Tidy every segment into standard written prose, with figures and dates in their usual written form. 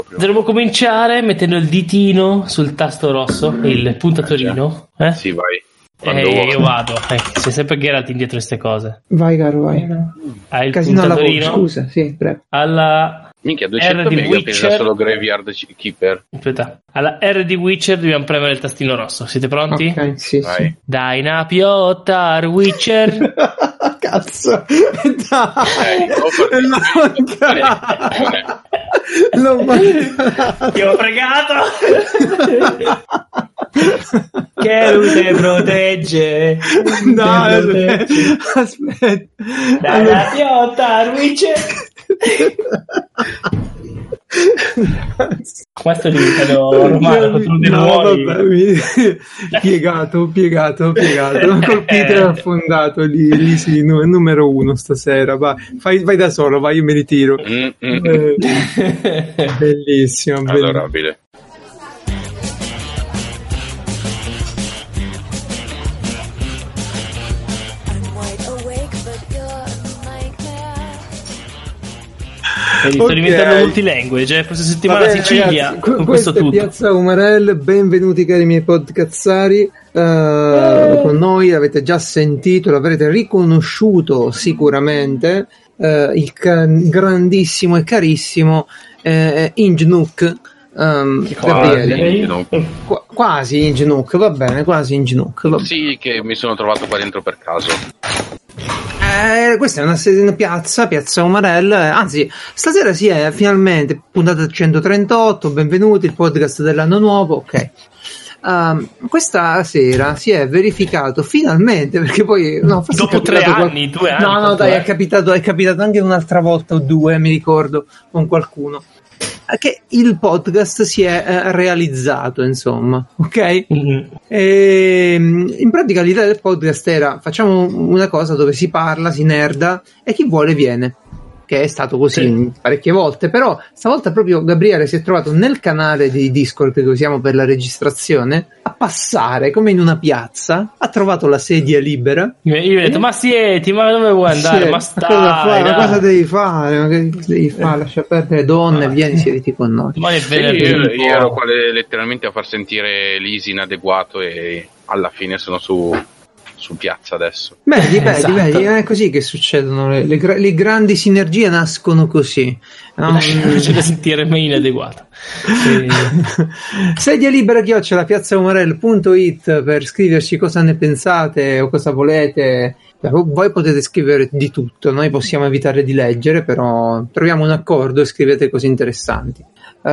Dovremmo cominciare mettendo il ditino sul tasto rosso, il puntatorino. Sì, vai. Io vado. Sei sempre Geralt indietro queste cose. Vai, caro, vai. Hai il Casino puntatorino. Lavoro, scusa, sì, prego. Alla Minchia, 200 R di mega per Witcher. solo Graveyard Keeper. Aspetta. Alla R di Witcher dobbiamo premere il tastino rosso. Siete pronti? Ok, sì, Vai. sì. Dai una piotta, Witcher. Cazzo, l'ho mancato. Ti ho fregato. Che lui te protegge. No, aspetta. Dai una piotta, Witcher. Questo è diventato romano contro di noi. Piegato. Colpite affondato lì sì, no, è numero 1 stasera. Vai da solo, vai, io me li tiro. Bellissimo. Adorabile. Sto diventando multilanguage, la prossima settimana Sicilia. Ragazzi, con questo questo è tutto. Piazza Umarell, benvenuti cari miei podcazzari. Con noi avete già sentito, l'avrete riconosciuto sicuramente, il grandissimo e carissimo Ingenuuk. Gabriele. Quasi Ingenuuk, va bene, quasi Ingenuuk. Sì, che mi sono trovato qua dentro per caso. Questa è una piazza Umarell, anzi stasera si è finalmente puntata 138, benvenuti, il podcast dell'anno nuovo, ok. Questa sera si è verificato finalmente, perché poi forse dopo 2 anni no dai, è capitato anche un'altra volta o 2, mi ricordo, con qualcuno, che il podcast si è realizzato, insomma, ok? E, in pratica l'idea del podcast era: facciamo una cosa dove si parla, si nerda e chi vuole viene, che è stato così parecchie volte, però stavolta proprio Gabriele si è trovato nel canale di Discord che usiamo per la registrazione a passare come in una piazza, ha trovato la sedia libera. Io gli ho detto: ma sieti, ma dove vuoi andare? Ma stai, ma cosa devi fare? Ma che devi fare? Lascia perdere donne, vieni, siediti con noi. Ma è Io ero qua letteralmente a far sentire l'Easy inadeguato e alla fine sono su piazza adesso. Vedi, è così che succedono le grandi sinergie, nascono così. C'è da sentire me inadeguato. Sedia libera @piazzaumarell.it per scriverci cosa ne pensate o cosa volete. Voi potete scrivere di tutto, noi possiamo evitare di leggere, però troviamo un accordo e scrivete cose interessanti.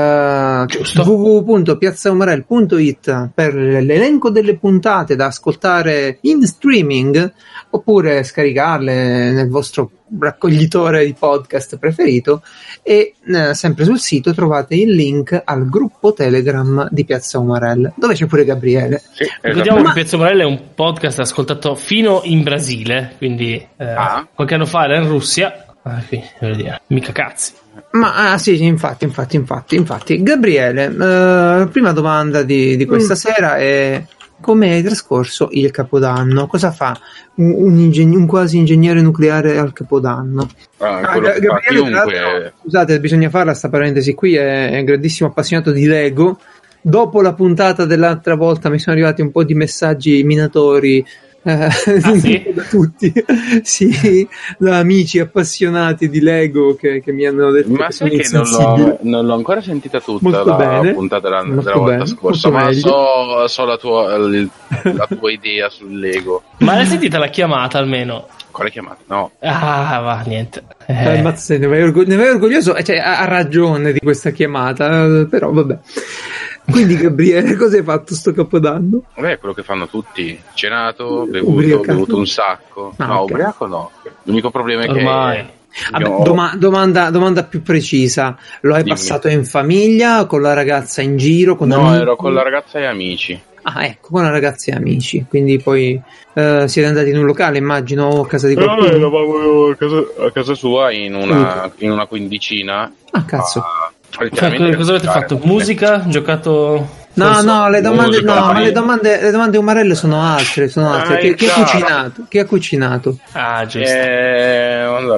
www.piazzaumarell.it per l'elenco delle puntate da ascoltare in streaming oppure scaricarle nel vostro raccoglitore di podcast preferito, e sempre sul sito trovate il link al gruppo Telegram di Piazza Umarell, dove c'è pure Gabriele. Ricordiamo che Piazza Umarell è un podcast ascoltato fino in Brasile, quindi qualche anno fa era in Russia. Mica cazzi. Ma sì, infatti. Gabriele, prima domanda di questa sera è: come hai trascorso il Capodanno? Cosa fa un quasi ingegnere nucleare al Capodanno? Gabriele, scusate, bisogna fare sta parentesi qui, è un grandissimo appassionato di Lego. Dopo la puntata dell'altra volta mi sono arrivati un po' di messaggi minatori sì? da tutti, sì, da amici appassionati di Lego che mi hanno detto ma che sai che non l'ho ancora sentita tutta molto la bene, puntata della volta scorsa, ma so la tua idea sul Lego. Ma l'hai sentita la chiamata almeno? Quale chiamata? No. Va, niente. Mazza, ne vai orgoglioso, cioè, ha ragione di questa chiamata, però vabbè. Quindi Gabriele, cosa hai fatto sto Capodanno? Beh, quello che fanno tutti: cenato, bevuto un sacco. No, okay. Ubriaco no. L'unico problema è ormai che domanda più precisa: lo hai passato in famiglia, con la ragazza in giro, con amici? Ero con la ragazza e amici. Ecco, con la ragazza e amici, quindi poi siete andati in un locale, immagino, o a casa di qualcuno? No, eravamo a casa sua in una quindicina. Cazzo. Cosa avete fatto? Musica? Giocato? No, le domande Umarell sono altre. Chi ha cucinato? Giusto. Allora,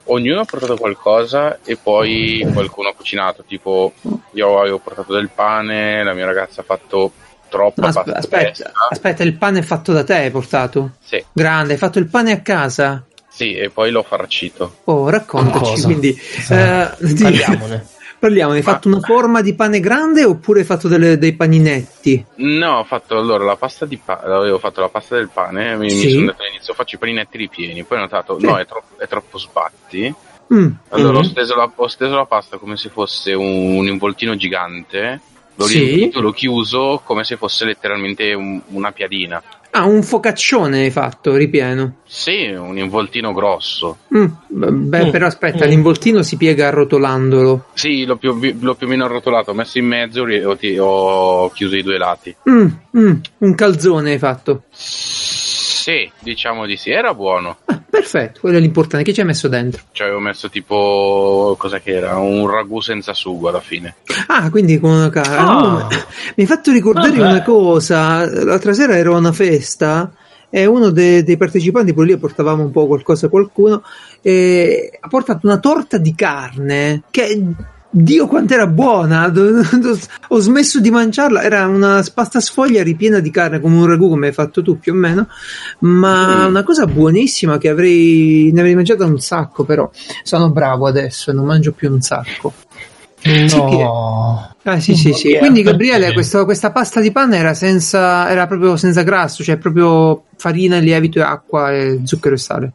ognuno ha portato qualcosa e poi qualcuno ha cucinato. Tipo, io avevo portato del pane, la mia ragazza ha fatto troppa pasta. Aspetta, il pane è fatto da te, hai portato? Sì. Grande, hai fatto il pane a casa? Sì, e poi l'ho farcito. Oh, raccontaci, quindi parliamone. Hai fatto una forma di pane grande oppure hai fatto dei paninetti? No, ho fatto la pasta di pane, avevo fatto la pasta del pane, mi sono detto all'inizio faccio i paninetti ripieni, poi ho notato no, è troppo sbatti. Allora ho steso la pasta come se fosse un involtino gigante, l'ho riempito, l'ho chiuso come se fosse letteralmente una piadina. Ah, un focaccione hai fatto, ripieno? Sì, un involtino grosso. Però aspetta, l'involtino si piega arrotolandolo. Sì, l'ho più o meno arrotolato, ho messo in mezzo e ho chiuso i due lati. Un calzone hai fatto? Sì, diciamo di sì, era buono. Perfetto, quello è l'importante. Che ci hai messo dentro? Cioè avevo messo tipo, cos'è che era? Un ragù senza sugo alla fine. Ah, quindi con una cara. Mi hai fatto ricordare una cosa. L'altra sera ero a una festa e uno dei partecipanti, poi lì portavamo un po' qualcosa a qualcuno, e ha portato una torta di carne che... Dio quanto era buona, ho smesso di mangiarla, era una pasta sfoglia ripiena di carne come un ragù, come hai fatto tu più o meno, ma una cosa buonissima che ne avrei mangiato un sacco, però sono bravo adesso, non mangio più un sacco. No. Sì. Quindi Gabriele, questa pasta di panna era proprio senza grasso, cioè proprio farina, lievito e acqua e zucchero e sale.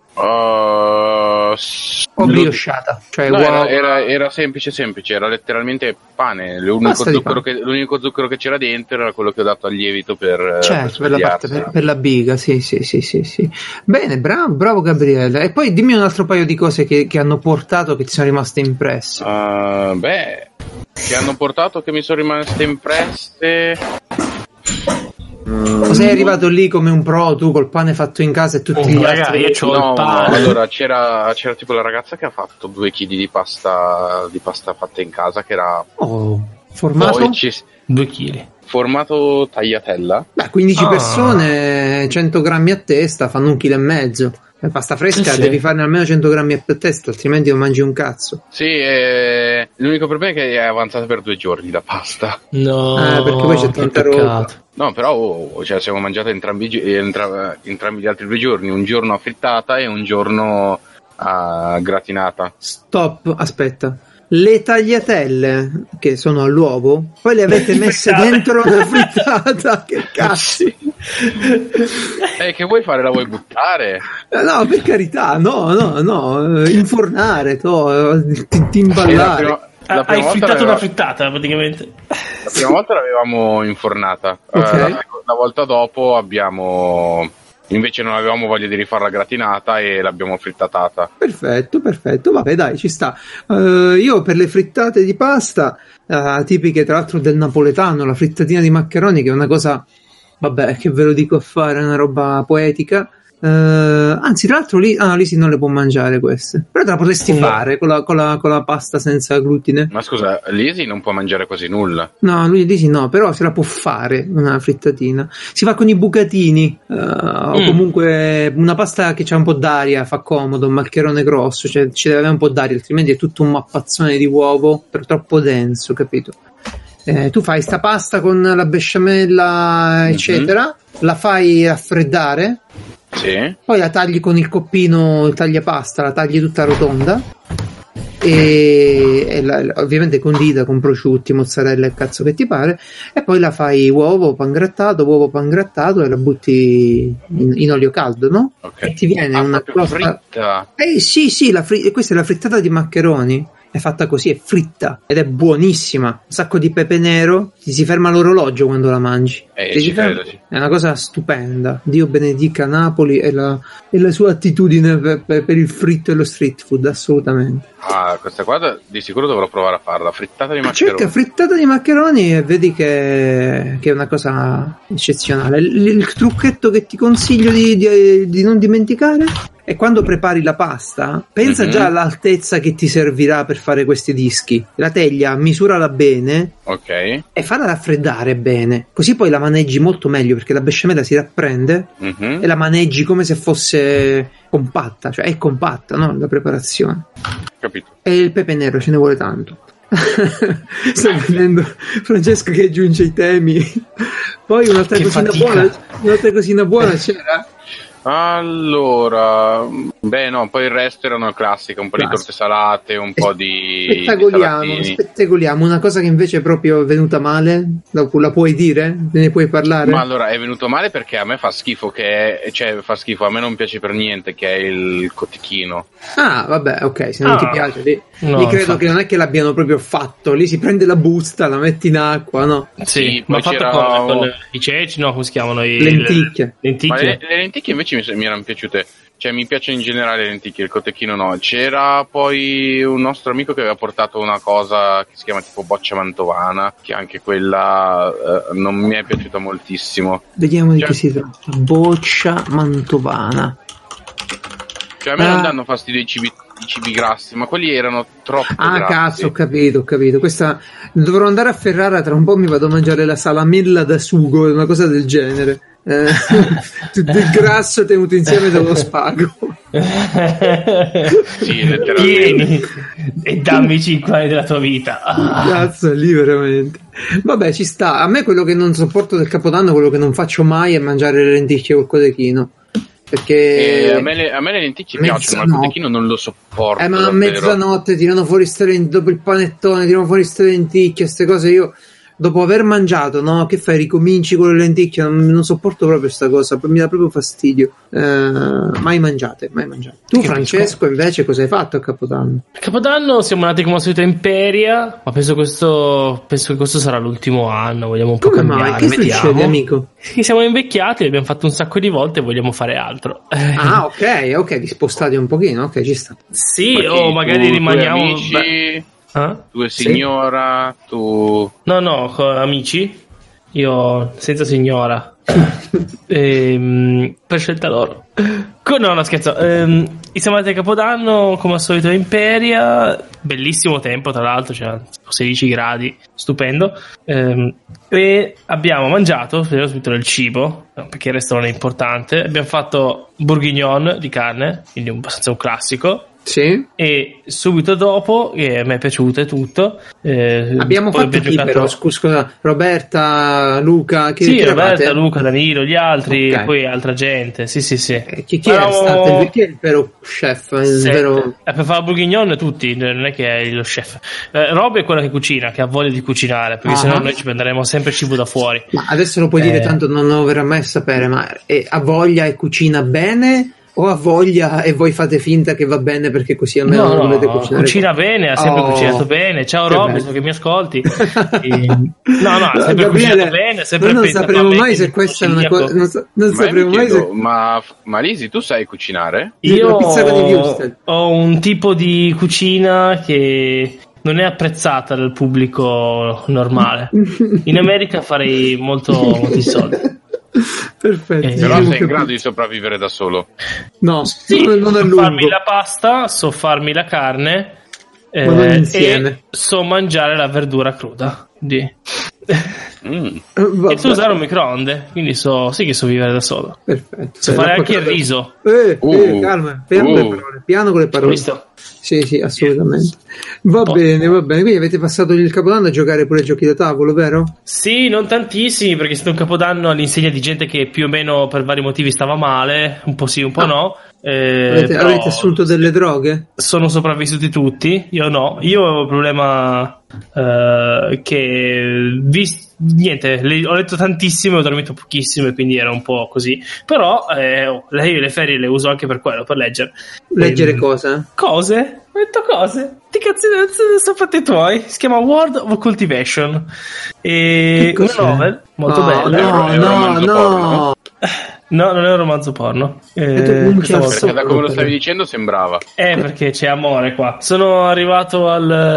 O briosciata, cioè no, era semplice, era letteralmente pane. L'unico zucchero che c'era dentro era quello che ho dato al lievito per la parte per la biga, sì. Bene, bravo Gabriele. E poi dimmi un altro paio di cose che hanno portato che ti sono rimaste impresse. Che hanno portato che mi sono rimaste impresse. O sei arrivato lì come un pro tu col pane fatto in casa e tutti gli altri? Io c'ho il pane. Allora c'era tipo la ragazza che ha fatto 2 kg di pasta fatta in casa, che era formato 2 kg. Formato tagliatella. 15 persone, 100 grammi a testa, fanno 1,5 kg. La pasta fresca devi farne almeno 100 grammi a testa, altrimenti non mangi un cazzo. Sì, l'unico problema è che è avanzata per 2 giorni la pasta. No, perché poi c'è tanta roba. No, però siamo mangiati entrambi gli altri 2 giorni, un giorno a frittata e un giorno a gratinata. Stop, aspetta. Le tagliatelle che sono all'uovo, poi le avete messe dentro la frittata? Che cazzo! Che vuoi fare? La vuoi buttare? No, per carità, no, infornare, ti imballare. Hai frittato una frittata praticamente. La prima volta l'avevamo infornata, la volta dopo invece non avevamo voglia di rifare la gratinata e l'abbiamo frittatata. Perfetto, vabbè dai, ci sta. Io per le frittate di pasta tipiche tra l'altro del napoletano, la frittatina di maccheroni, che è una cosa, vabbè, che ve lo dico a fare, è una roba poetica. Anzi, tra l'altro Lisi non le può mangiare queste, però te la potresti fare con la pasta senza glutine. Ma scusa, Lisi non può mangiare quasi nulla. No, Lisi no, però se la può fare una frittatina. Si fa con i bucatini, o comunque una pasta che c'ha un po' d'aria, fa comodo, un maccherone grosso, cioè ci deve avere un po' d'aria, altrimenti è tutto un mappazzone di uovo, per troppo denso, capito? Tu fai sta pasta con la besciamella eccetera, la fai raffreddare. Sì. Poi la tagli con il coppino, il tagliapasta, la tagli tutta rotonda e ovviamente condita con prosciutti, mozzarella e cazzo che ti pare, e poi la fai uovo pangrattato e la butti in olio caldo, no? Okay. E ti viene una cosa fritta. Sì, questa è la frittata di maccheroni. È fatta così, è fritta ed è buonissima. Un sacco di pepe nero, ti si ferma l'orologio quando la mangi. Sì. È una cosa stupenda. Dio benedica Napoli e la sua attitudine per il fritto e lo street food, assolutamente. Questa qua di sicuro dovrò provare a farla. Frittata di maccheroni. Cerca frittata di maccheroni e vedi che è una cosa eccezionale. Il trucchetto che ti consiglio di non dimenticare E quando prepari la pasta, pensa già all'altezza che ti servirà per fare questi dischi. La teglia, misurala bene, ok, e farla raffreddare bene. Così poi la maneggi molto meglio, perché la besciamella si rapprende e la maneggi come se fosse compatta, cioè è compatta, no? La preparazione. Capito. E il pepe nero ce ne vuole tanto. Sto vedendo Francesco che aggiunge i temi. Poi un'altra cosina buona c'era. Allora, poi il resto erano classiche, un po' di torte salate, un po' di spettacoliamo. Una cosa che invece è proprio venuta male, la puoi dire? Ne puoi parlare? Ma allora, è venuto male perché a me fa schifo, a me non piace per niente, che è il cotechino. Ah, vabbè, ok, se non ti piace lì credo che non è che l'abbiano proprio fatto, lì si prende la busta, la metti in acqua, no? Sì, ma fatto con i ceci, no, come si chiamano? Lenticchie. Ma le lenticchie invece mi erano piaciute, cioè mi piacciono in generale le lenticchie, il cotechino no. C'era poi un nostro amico che aveva portato una cosa che si chiama tipo boccia mantovana, che anche quella non mi è piaciuta moltissimo. Vediamo di che si tratta. Boccia mantovana. Cioè a me non danno fastidio i cibi grassi, ma quelli erano troppo grassi. Cazzo, ho capito. Questa dovrò andare a Ferrara, tra un po' mi vado a mangiare la salamella da sugo, una cosa del genere. Del grasso tenuto insieme dallo spago. Sì, letteralmente. E dammi 5 anni della tua vita. Cazzo, lì veramente. Vabbè, ci sta. A me quello che non sopporto del Capodanno, quello che non faccio mai, è mangiare le lenticchie col cotechino. Perché a me le lenticchie piacciono, ma il cotechino non lo sopporto. Ma davvero. A mezzanotte tirano fuori dopo il panettone, tirano fuori ste lenticchie, queste cose. Io dopo aver mangiato, no? Che fai? Ricominci con le lenticchie? Non sopporto proprio questa cosa, mi dà proprio fastidio. Mai mangiate. Tu, Francesco, invece, cosa hai fatto a Capodanno? A Capodanno siamo andati come al solito a Imperia, ma penso che questo sarà l'ultimo anno. Vogliamo un po' cambiare. Mai? Che succede, amico? Che siamo invecchiati, l'abbiamo fatto un sacco di volte e vogliamo fare altro. Ok, vi spostate un pochino, ok, ci sta. Sì, o magari rimaniamo. Amici... Tu e signora, sì. Tu... No, amici. Io senza signora. Per scelta loro. No, scherzo. Siamo andati a Capodanno come al solito a Imperia. Bellissimo tempo, tra l'altro, c'era 16 gradi, stupendo. E abbiamo mangiato, speriamo subito del cibo, perché il resto non è importante. Abbiamo fatto bourguignon di carne, quindi abbastanza un classico. Sì. E subito dopo, che a me è piaciuto e tutto, abbiamo fatto chi però? Scusa, Roberta, Luca, sì, Roberta, Luca, Danilo, gli altri, okay. E poi altra gente. Sì. Chi è stato il vero chef? Per fare bourguignon tutti, non è che è lo chef. Rob è quella che cucina, che ha voglia di cucinare, perché sennò noi ci prenderemo sempre cibo da fuori. Ma adesso lo puoi dire, tanto non lo verrà mai a sapere, ma ha voglia e cucina bene? O ha voglia e voi fate finta che va bene perché così almeno non volete cucinare? Cucina bene, ha sempre cucinato bene. Ciao Rob, so che mi ascolti. Ha sempre cucinato bene, sempre non sapremo mai se questa è una cosa. Non sapremo mai se. Ma Lisi, tu sai cucinare? Io ho un tipo di cucina che non è apprezzata dal pubblico normale. In America farei molti soldi. Perfetto. Però sei in grado di sopravvivere da solo? No, sì, non è lungo. So farmi la pasta, so farmi la carne e so mangiare la verdura cruda. E so usare un microonde, quindi sì che so vivere da solo. Perfetto. So fare anche il riso. Calma, piano con le parole. Visto? Sì, assolutamente. Va bene. Quindi avete passato il Capodanno a giocare pure giochi da tavolo, vero? Sì, non tantissimi, perché è stato un Capodanno all'insegna di gente che più o meno per vari motivi stava male, un po' sì, un po' no. Avete assunto delle droghe? Sono sopravvissuti tutti, io no. Io avevo il problema che niente, ho letto tantissimo e ho dormito pochissimo, e quindi era un po' così. Però lei le ferie le uso anche per quello, per leggere. Leggere cosa? Cose? Ho detto cose. Ti cazzi sono fatti tuoi. Si chiama World of Cultivation. E una novel molto bella. No. No, non è un romanzo porno. Perché da come lo stavi dicendo sembrava. Perché c'è amore qua. Sono arrivato al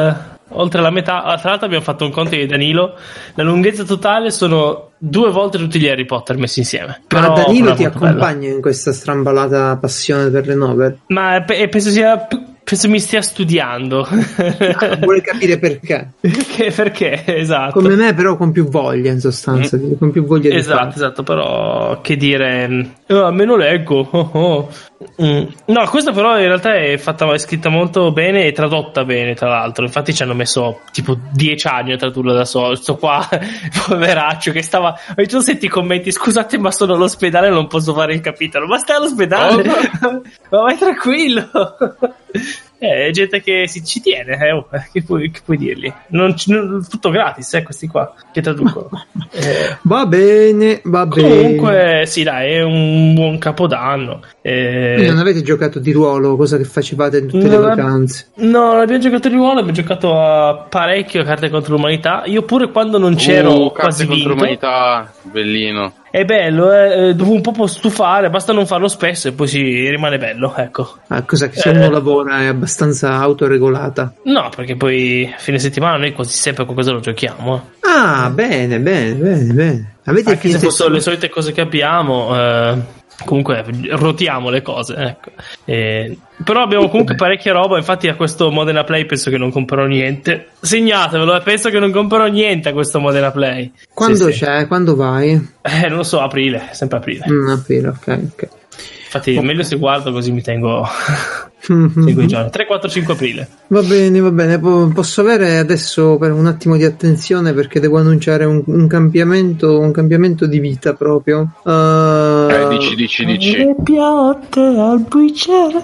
oltre la metà. Tra l'altro abbiamo fatto un conto di Danilo, la lunghezza totale sono 2 volte tutti gli Harry Potter messi insieme. Ma Danilo ti accompagna in questa strambalata passione per le novel? Ma penso mi stia studiando. Vuole capire perché. Perché, esatto. Come me, però con più voglia, in sostanza. Con più voglia di fare. Esatto, però che dire, me lo leggo. No, questa però in realtà è scritta molto bene e tradotta bene, tra l'altro. Infatti ci hanno messo tipo 10 anni a tradurla da solo. Sto qua, poveraccio, che stava. Ogni giorno senti i commenti: scusate, ma sono all'ospedale e non posso fare il capitolo. Ma stai all'ospedale? Ma vai tranquillo. Gente che ci tiene, che puoi dirgli? Tutto gratis, questi qua che traducono. Va bene. Comunque, sì, dai, è un buon capodanno. Non avete giocato di ruolo, cosa che facevate in tutte le vacanze? No, non abbiamo giocato di ruolo, abbiamo giocato parecchio a Carte contro l'Umanità. Io pure quando non c'ero quasi Carte contro l'Umanità, bellino. È bello, dopo un po' può stufare, basta non farlo spesso e poi si rimane bello, ecco. Cosa che se uno lavora è abbastanza autoregolata? No, perché poi a fine settimana noi quasi sempre qualcosa lo giochiamo. Bene. Avete anche se fossero le solite cose che abbiamo, comunque rotiamo le cose, ecco. Però abbiamo comunque parecchia roba. Infatti a questo Modena Play penso che non comprerò niente. Segnatevelo, penso che non comprerò niente a questo Modena Play. Quando c'è? Quando vai? Non lo so, aprile, sempre aprile. Aprile, ok. Infatti è meglio se guardo, così mi tengo i giorni. 3, 4, 5 aprile. Va bene. Posso avere adesso per un attimo di attenzione, perché devo annunciare un cambiamento di vita proprio. Dici. Le piatte al buicere.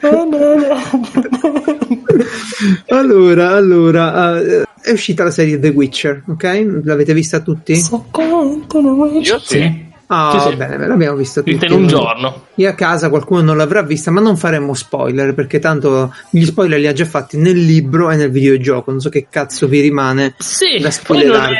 Allora, è uscita la serie The Witcher, ok? L'avete vista tutti? Io sì. Sì. Bene, l'abbiamo vista tutti. In un giorno. Io a casa qualcuno non l'avrà vista, ma non faremo spoiler, perché tanto gli spoiler li ha già fatti nel libro e nel videogioco. Non so che cazzo vi rimane da spoilerarvi.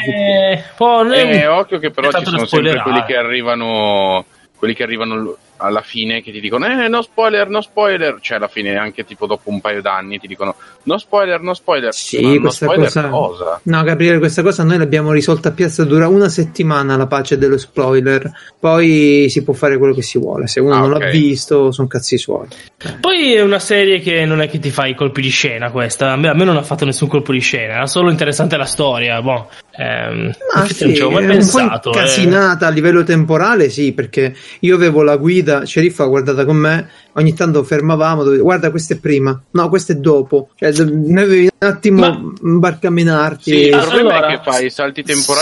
Occhio che però ci sono sempre quelli che arrivano alla fine che ti dicono no spoiler, cioè alla fine anche tipo dopo un paio d'anni ti dicono no spoiler. Sì, questa cosa. No, Gabriele, questa cosa noi l'abbiamo risolta a piazza, dura una settimana la pace dello spoiler, poi si può fare quello che si vuole, se uno non l'ha visto sono cazzi suoi. Poi è una serie che non è che ti fa i colpi di scena, questa a me non ha fatto nessun colpo di scena, era solo interessante la storia. Ma sì, non ci avevo mai pensato, un po' incasinata a livello temporale, sì, perché io avevo la guida, Sceriffa guardata con me, ogni tanto fermavamo, guarda questo è prima, no questo è dopo, cioè ne avevi un attimo barcamenarti. Sì, il problema è che fai salti temporali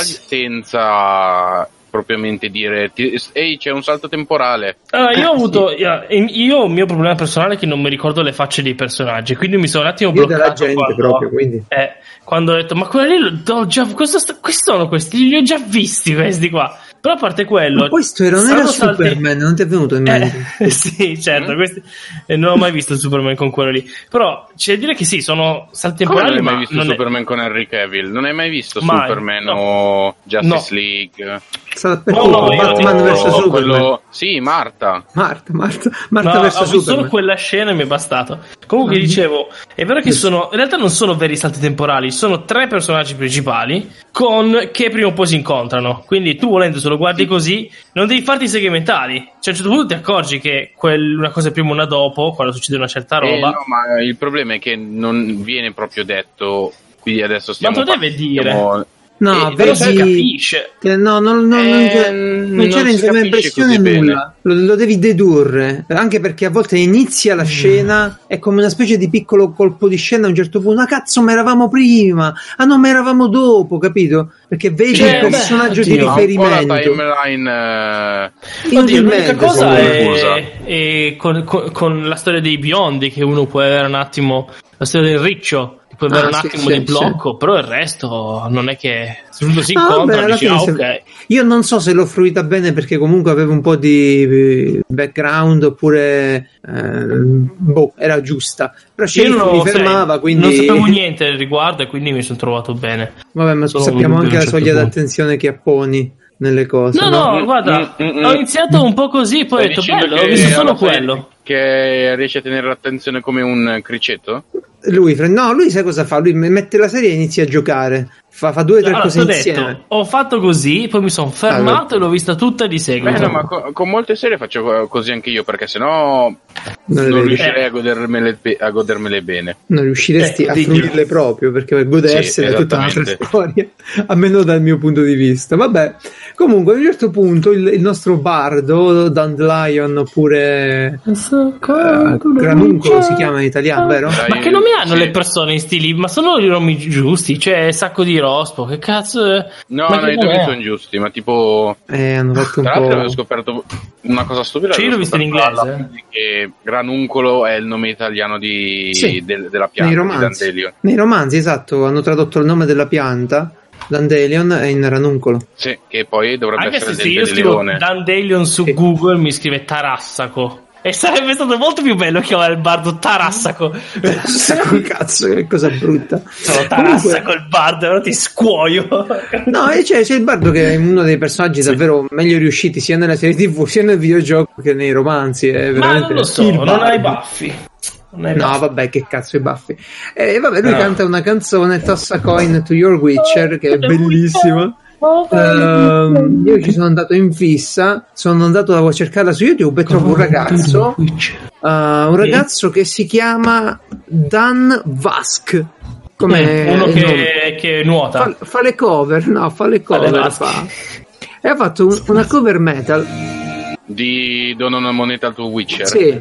senza propriamente dire ehi c'è un salto temporale. Io ho avuto il mio problema personale è che non mi ricordo le facce dei personaggi, quindi mi sono un attimo bloccato della gente proprio, quindi quando ho detto ma quelli lì sono questi, li ho già visti questi qua. Però a parte quello, ma questo non era Superman, non ti è venuto in mente? Sì, certo, non ho mai visto il Superman con quello lì. Però c'è da dire che sì, sono salti temporali. Non hai mai visto Superman con Henry Cavill? Non hai mai visto Superman o Justice League? Batman vs Superman. Sì, Marta vs Superman. Solo quella scena mi è bastato. Comunque dicevo, è vero che in realtà non sono veri salti temporali, sono 3 personaggi principali che prima o poi si incontrano. Quindi tu volendo se lo guardi così non devi farti segmentali, cioè a un certo punto ti accorgi che una cosa è prima e una dopo quando succede una certa roba. No, ma il problema è che non viene proprio detto, quindi adesso stiamo ma lo deve dire. No, però si capisce. No, non c'era insieme impressione nulla. Lo devi dedurre, anche perché a volte inizia la scena, è come una specie di piccolo colpo di scena a un certo punto. Cazzo, ma eravamo prima. No, ma eravamo dopo, capito? Perché vedi il personaggio di riferimento. La timeline l'unica cosa è con la storia dei biondi, che uno può avere un attimo la storia del riccio, puoi avere un attimo di blocco, però il resto non è che se si incontra dici ok. Io non so se l'ho fruita bene, perché comunque avevo un po' di background, oppure era giusta, però mi fermava, quindi non sapevo niente al riguardo e quindi mi sono trovato bene. Vabbè, ma sappiamo anche la soglia d'attenzione che apponi nelle cose. No, guarda, ho iniziato un po' così, poi ho detto bello, ho visto solo quello. Che riesce a tenere l'attenzione come un criceto? Lui sai cosa fa? Lui mette la serie e inizia a giocare. Fa 2 o 3 cose insieme. Ho fatto così, poi mi sono fermato e l'ho vista tutta di seguito. No, ma con molte serie faccio così anche io, perché sennò non riuscirei a godermele bene. Non riusciresti a fruirle proprio, perché per godersene è tutta un'altra storia, almeno dal mio punto di vista. Vabbè, comunque a un certo punto il nostro bardo, Dandelion, oppure Granuncolo si chiama in italiano, vero? Ma che nomi hanno le persone in stili? Ma sono i nomi giusti? Cioè, sacco di rospo, che cazzo è? No, i nomi sono giusti, ma tipo hanno fatto un tra po'. l'altro avevo scoperto una cosa stupida. Cioè, io l'ho visto in inglese. Che Granuncolo è il nome italiano della pianta, di Dandelion. Nei romanzi, esatto, hanno tradotto il nome della pianta. Dandelion è in ranuncolo. Sì, che poi dovrebbe anche essere se io scrivo Dandelion su Google mi scrive Tarassaco. E sarebbe stato molto più bello chiamare il bardo Tarassaco. Tarassaco, cazzo, che cosa brutta. Sono Tarassaco il bardo, ora ti scuoio. No, c'è il bardo che è uno dei personaggi davvero meglio riusciti sia nella serie TV sia nel videogioco che nei romanzi. È ma non lo so, non hai baffi. No, vabbè, che cazzo i baffi. Vabbè, lui canta una canzone, Toss a Coin to Your Witcher, che è bellissima. Io ci sono andato in fissa, sono andato a cercarla su YouTube e trovo un ragazzo che si chiama Dan Vask, come uno che nuota, fa le cover, e ha fatto una cover metal di Dona una moneta al tuo Witcher. Sì,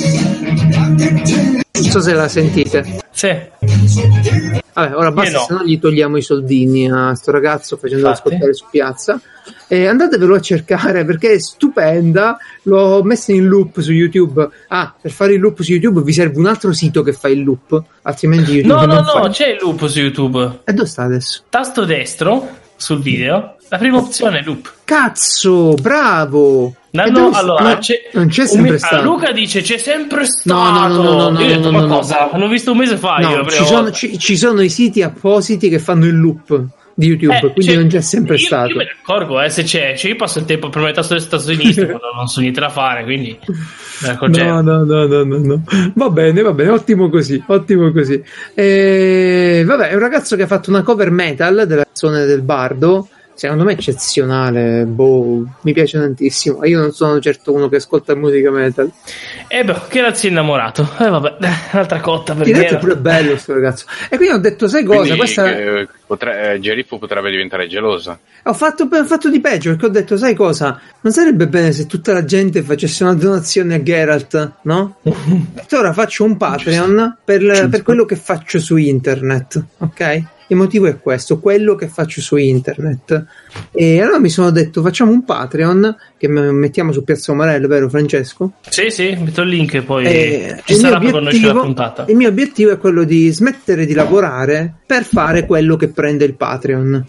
non so se la sentite. Sì. Vabbè, ora basta, se no gli togliamo i soldini a sto ragazzo facendolo ascoltare su piazza. Andatevelo a cercare perché è stupenda. L'ho messa in loop su YouTube. Per fare il loop su YouTube vi serve un altro sito che fa il loop, altrimenti YouTube no, c'è il loop su YouTube. E dove sta adesso? Tasto destro sul video, la prima opzione è loop. Cazzo, bravo! Allora, non c'è sempre stato. Luca dice c'è sempre stato. No, io ho detto qualcosa. L'ho visto un mese fa. Ci sono i siti appositi che fanno il loop di YouTube, quindi non c'è sempre stato. Io me ne accorgo se c'è. Io passo il tempo per mettere tasto destro e tasto sinistra quando non so niente da fare, quindi me ne accorgevo. No. Va bene, ottimo così. Vabbè, è un ragazzo che ha fatto una cover metal della canzone del bardo. Secondo me è eccezionale, mi piace tantissimo. Io non sono certo uno che ascolta musica metal. Che era si è innamorato. Vabbè, un'altra cotta per me. È pure bello sto ragazzo. E quindi ho detto, sai cosa? Geriffo potrebbe diventare gelosa. Ho fatto di peggio, perché ho detto, sai cosa? Non sarebbe bene se tutta la gente facesse una donazione a Geralt, no? E ora faccio un Patreon per quello che faccio su internet, ok? Il motivo è questo, quello che faccio su internet. E allora mi sono detto, facciamo un Patreon che mettiamo su Piazza Umarello, vero Francesco? Sì, metto il link e poi ci sarà quando esce la puntata. Il mio obiettivo è quello di smettere di lavorare per fare quello che prende il Patreon.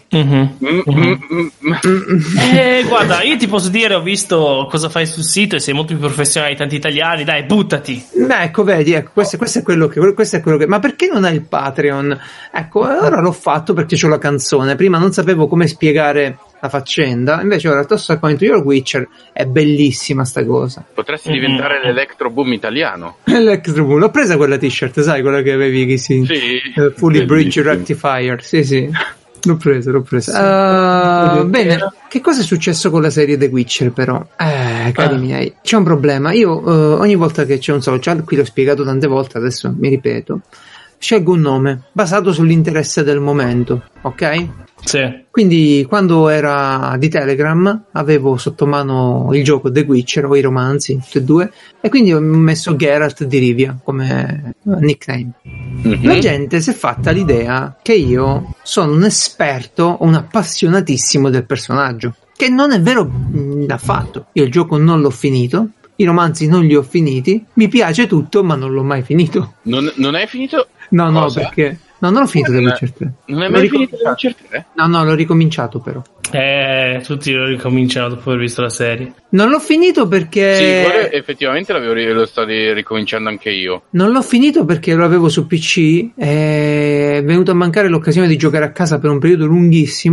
Guarda, io ti posso dire, ho visto cosa fai sul sito e sei molto più professionale di tanti italiani, dai, buttati. Ecco, vedi, questo è quello che ma perché non hai il Patreon? Ecco, ora l'ho fatto perché c'ho la canzone. Prima non sapevo come spiegare la faccenda, invece ora Toss a Coin to Your Witcher è bellissima sta cosa. Potresti diventare l'Electro Boom italiano. L'Electro Boom, l'ho presa quella t-shirt, sai, quella che avevi che Fully Bridge Rectifier, sì. L'ho presa. Bene, che cosa è successo con la serie The Witcher però? Cari miei, c'è un problema. Io ogni volta che c'è un social, qui l'ho spiegato tante volte, adesso mi ripeto, scelgo un nome basato sull'interesse del momento, ok? Sì. Quindi quando era di Telegram avevo sotto mano il gioco The Witcher o i romanzi, tutti e due, e quindi ho messo Geralt di Rivia come nickname. La gente si è fatta l'idea che io sono un esperto, un appassionatissimo del personaggio, che non è vero affatto. Io il gioco non l'ho finito, i romanzi non li ho finiti, mi piace tutto ma non l'ho mai finito. Non hai finito? No, perché non ho finito The Witcher 3. Non hai mai finito The Witcher 3? No, l'ho ricominciato però. Tutti lo ricominciano dopo aver visto la serie. Non l'ho finito perché... Sì, effettivamente lo sto ricominciando anche io. Non l'ho finito perché lo avevo su PC, è venuto a mancare l'occasione di giocare a casa per un periodo lunghissimo.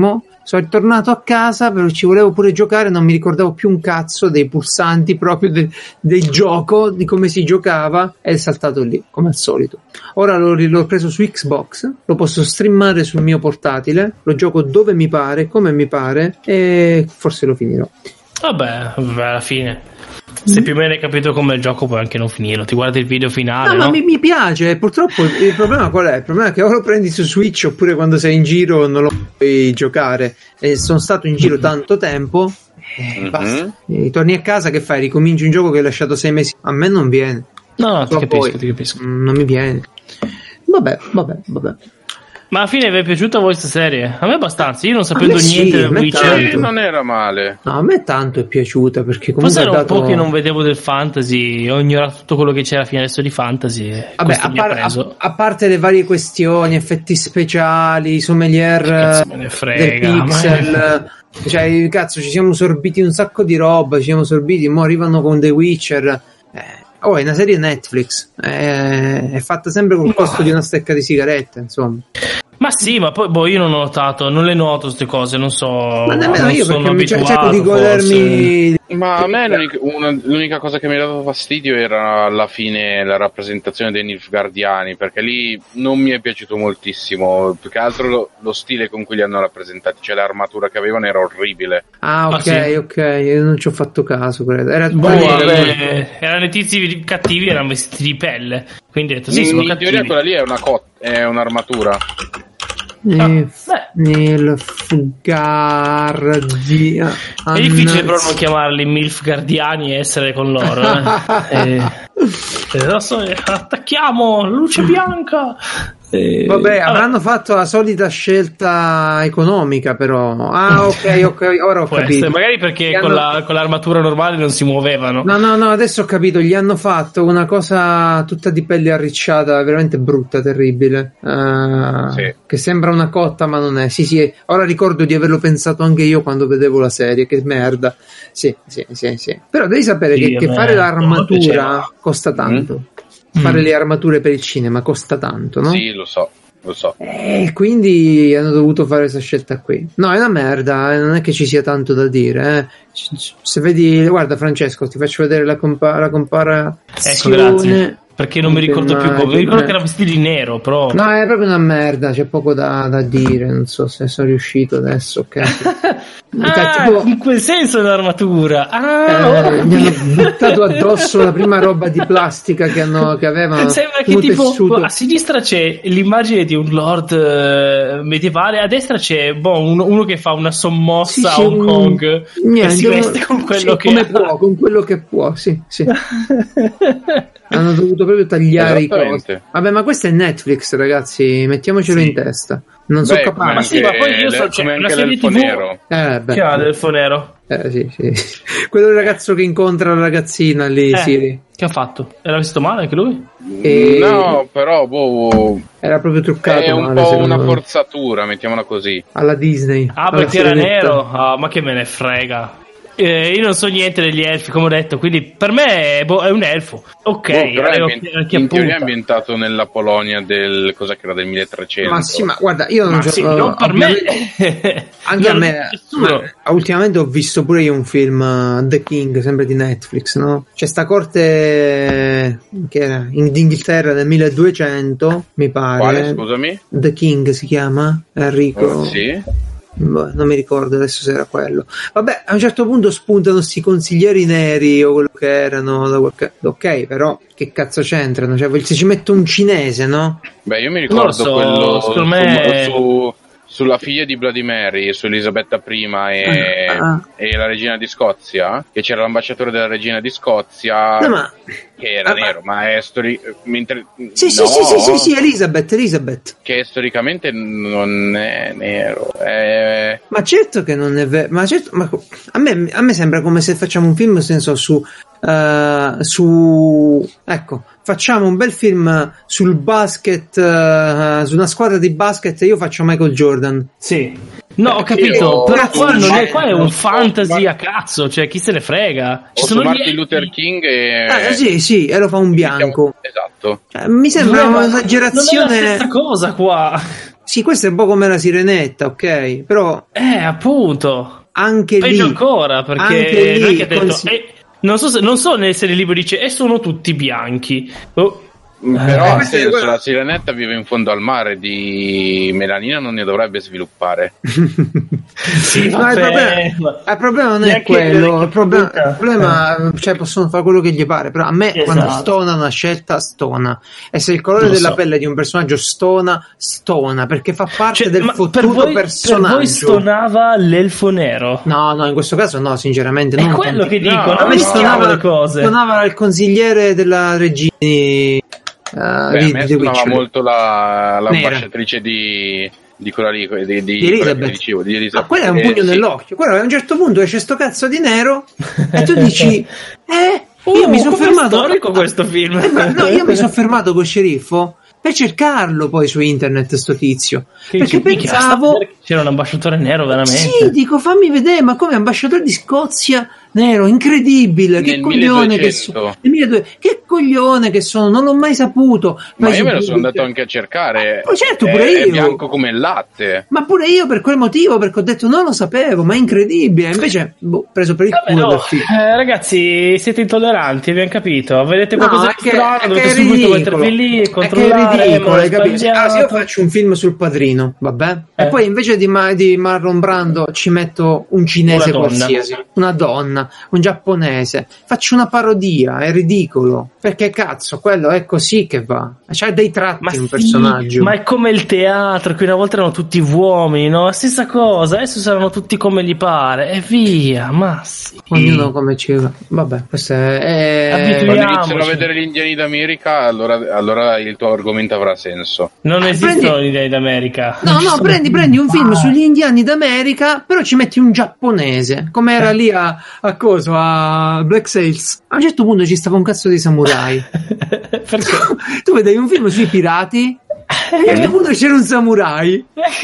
Sono ritornato a casa, però ci volevo pure giocare, non mi ricordavo più un cazzo dei pulsanti proprio del gioco, di come si giocava, e è saltato lì, come al solito. Ora l'ho preso su Xbox, lo posso streamare sul mio portatile, lo gioco dove mi pare, come mi pare, e forse lo finirò. Vabbè, alla fine se più o meno hai capito come il gioco puoi anche non finirlo, ti guardi il video finale. No, ma mi piace, purtroppo il problema qual è? Il problema è che o lo prendi su Switch oppure quando sei in giro non lo puoi giocare, e sono stato in giro tanto tempo, basta. E torni a casa, che fai? Ricominci un gioco che hai lasciato 6 mesi. A me non viene. No, ti capisco. Non mi viene. Vabbè. Ma alla fine vi è piaciuta a voi questa serie? A me abbastanza, io non sapendo niente del Witcher. Non era male. No, a me tanto è piaciuta, perché comunque forse era un po' che non vedevo del fantasy, ho ignorato tutto quello che c'era fino adesso di fantasy. Vabbè, a parte le varie questioni, effetti speciali, sommelier del pixel, cioè cazzo, ci siamo sorbiti un sacco di roba, mo arrivano con The Witcher. È una serie Netflix, è fatta sempre col costo di una stecca di sigaretta, insomma. Ma sì, ma poi io non ho notato, non le noto queste cose, non so. Ma nemmeno io, perché cerco di godermi. Ma a me l'unica cosa che mi ha dato fastidio era alla fine la rappresentazione dei Nilfgaardiani, perché lì non mi è piaciuto moltissimo, più che altro lo stile con cui li hanno rappresentati, cioè l'armatura che avevano era orribile. Ok, io non ci ho fatto caso, credo. Erano i tizi cattivi, erano vestiti di pelle, quindi ho detto sì, sono cattivi. In teoria quella lì è un'armatura. Nilfgaardi. È difficile però non chiamarli Milfgaardiani e essere con loro. Attacchiamo luce bianca. Vabbè, avranno fatto la solita scelta economica, però. Ok, ora ho capito. Essere, magari perché con l'armatura normale non si muovevano. No, adesso ho capito. Gli hanno fatto una cosa tutta di pelle arricciata, veramente brutta, terribile. Sì. Che sembra una cotta, ma non è. Sì. Ora ricordo di averlo pensato anche io quando vedevo la serie. Che merda. Sì. Però devi sapere che fare l'armatura costa tanto. Fare le armature per il cinema costa tanto, no? Sì, lo so. E quindi hanno dovuto fare questa scelta qui. No, è una merda, non è che ci sia tanto da dire. Se vedi, guarda Francesco, ti faccio vedere la comparazione. Ecco, grazie. Perché non mi ricordo più come. Mi ricordo che era vestito di nero, però. No, è proprio una merda, c'è poco da dire. Non so se sono riuscito adesso. In quel senso l'armatura. Mi hanno buttato addosso la prima roba di plastica che avevano. Sembra che tipo a sinistra c'è l'immagine di un lord medievale, a destra c'è uno che fa una sommossa a Hong Kong. E si veste con quello con quello che può, sì. Hanno dovuto proprio tagliare i costi. Vabbè, ma questo è Netflix, ragazzi, mettiamocelo in testa. Non so capace. Ma sì, ma poi io so c'è una serie TV nero. Che ha l'elfo nero. Sì. Quello ragazzo che incontra la ragazzina lì, sì. Che ha fatto? Era vestito male anche lui? No, però era proprio truccato. È un po' una forzatura, mettiamola così. Alla Disney. Perché era nero? Ma che me ne frega. Io non so niente degli elfi, come ho detto, quindi per me è un elfo. Ok, in teoria è ambientato nella Polonia del cos'è che era del 1300. Ma sì, ma guarda, io non non per me. Anche a me. Ultimamente ho visto pure io un film, The King, sempre di Netflix, no? C'è sta corte che era d'Inghilterra del 1200, mi pare. Quale, scusami? The King si chiama? Enrico. Sì. Non mi ricordo adesso se era quello. Vabbè, a un certo punto spuntano questi consiglieri neri o quello che erano. Ok, però che cazzo c'entrano? Cioè, se ci metto un cinese, no? Beh, io mi ricordo quello sulla figlia di Bloody Mary, su Elisabetta I e la regina di Scozia, che c'era l'ambasciatore della regina di Scozia che era nero, ma è sì, Elisabeth, che storicamente non è nero. Ma certo che non è vero, ma a me sembra come se facciamo un film, nel senso ecco, facciamo un bel film sul basket, su una squadra di basket, e io faccio Michael Jordan. Sì. No, ho capito, però qua è un fantasy a cazzo, cioè chi se ne frega. Ci sono Martin Luther King sì, e lo fa un bianco. Esatto. Mi sembra un'esagerazione. Non è la stessa cosa qua. Sì, questo è un po' come la Sirenetta, ok? Però appunto, anche peggio lì ancora, perché anche lì, non è che ha detto, non so se nel libro dice sono tutti bianchi. Però la Sirenetta vive in fondo al mare, di melanina non ne dovrebbe sviluppare. Sì, no, il problema non è quello, il problema cioè possono fare quello che gli pare, però a me quando stona una scelta stona, e se il colore della pelle di un personaggio stona, perché fa parte del fottuto personaggio. Per voi stonava l'elfo nero? No, in questo caso no, sinceramente è non quello che dico, a me stonava il consigliere della regina a me suonava molto l'ambasciatrice di quella lì, di Elizabeth. Quella è un pugno nell'occhio. Quello a un certo punto esce sto cazzo di nero e tu dici io mi sono fermato storico questo film. Io mi sono fermato col sceriffo per cercarlo poi su internet sto tizio, perché pensavo c'era un ambasciatore nero veramente. Sì, dico fammi vedere, ma come ambasciatore di Scozia nero, incredibile, che coglione 1200. Che sono, che coglione che sono, non l'ho mai saputo. Ma io me lo sono andato anche a cercare. Certo, pure io. È bianco come il latte. Ma pure io per quel motivo, perché ho detto non lo sapevo, ma è incredibile. Invece preso per il culo del film. Ragazzi, siete intolleranti, abbiamo capito. Vedete qualcosa di strano, dovete subito mettervi lì e controllare. È ridicolo, hai capito? Se io faccio un film sul Padrino, vabbè, e poi invece di Marlon Brando ci metto un cinese qualsiasi, una donna, un giapponese, faccio una parodia, è ridicolo, perché cazzo, quello è così che va, c'ha dei tratti un personaggio. Ma è come il teatro, che una volta erano tutti uomini, no? La stessa cosa, adesso saranno tutti come gli pare, e via, ma sì. Ognuno come ci va. Vabbè, questo è... Quando iniziano a vedere gli indiani d'America, allora il tuo argomento avrà senso. Non esistono gli indiani d'America. No, prendi un film sugli indiani d'America, però ci metti un giapponese, come era lì a Black Sails. A un certo punto ci stava un cazzo di samurai. Perché? Tu vedevi un film sui pirati e a un certo punto c'era un samurai.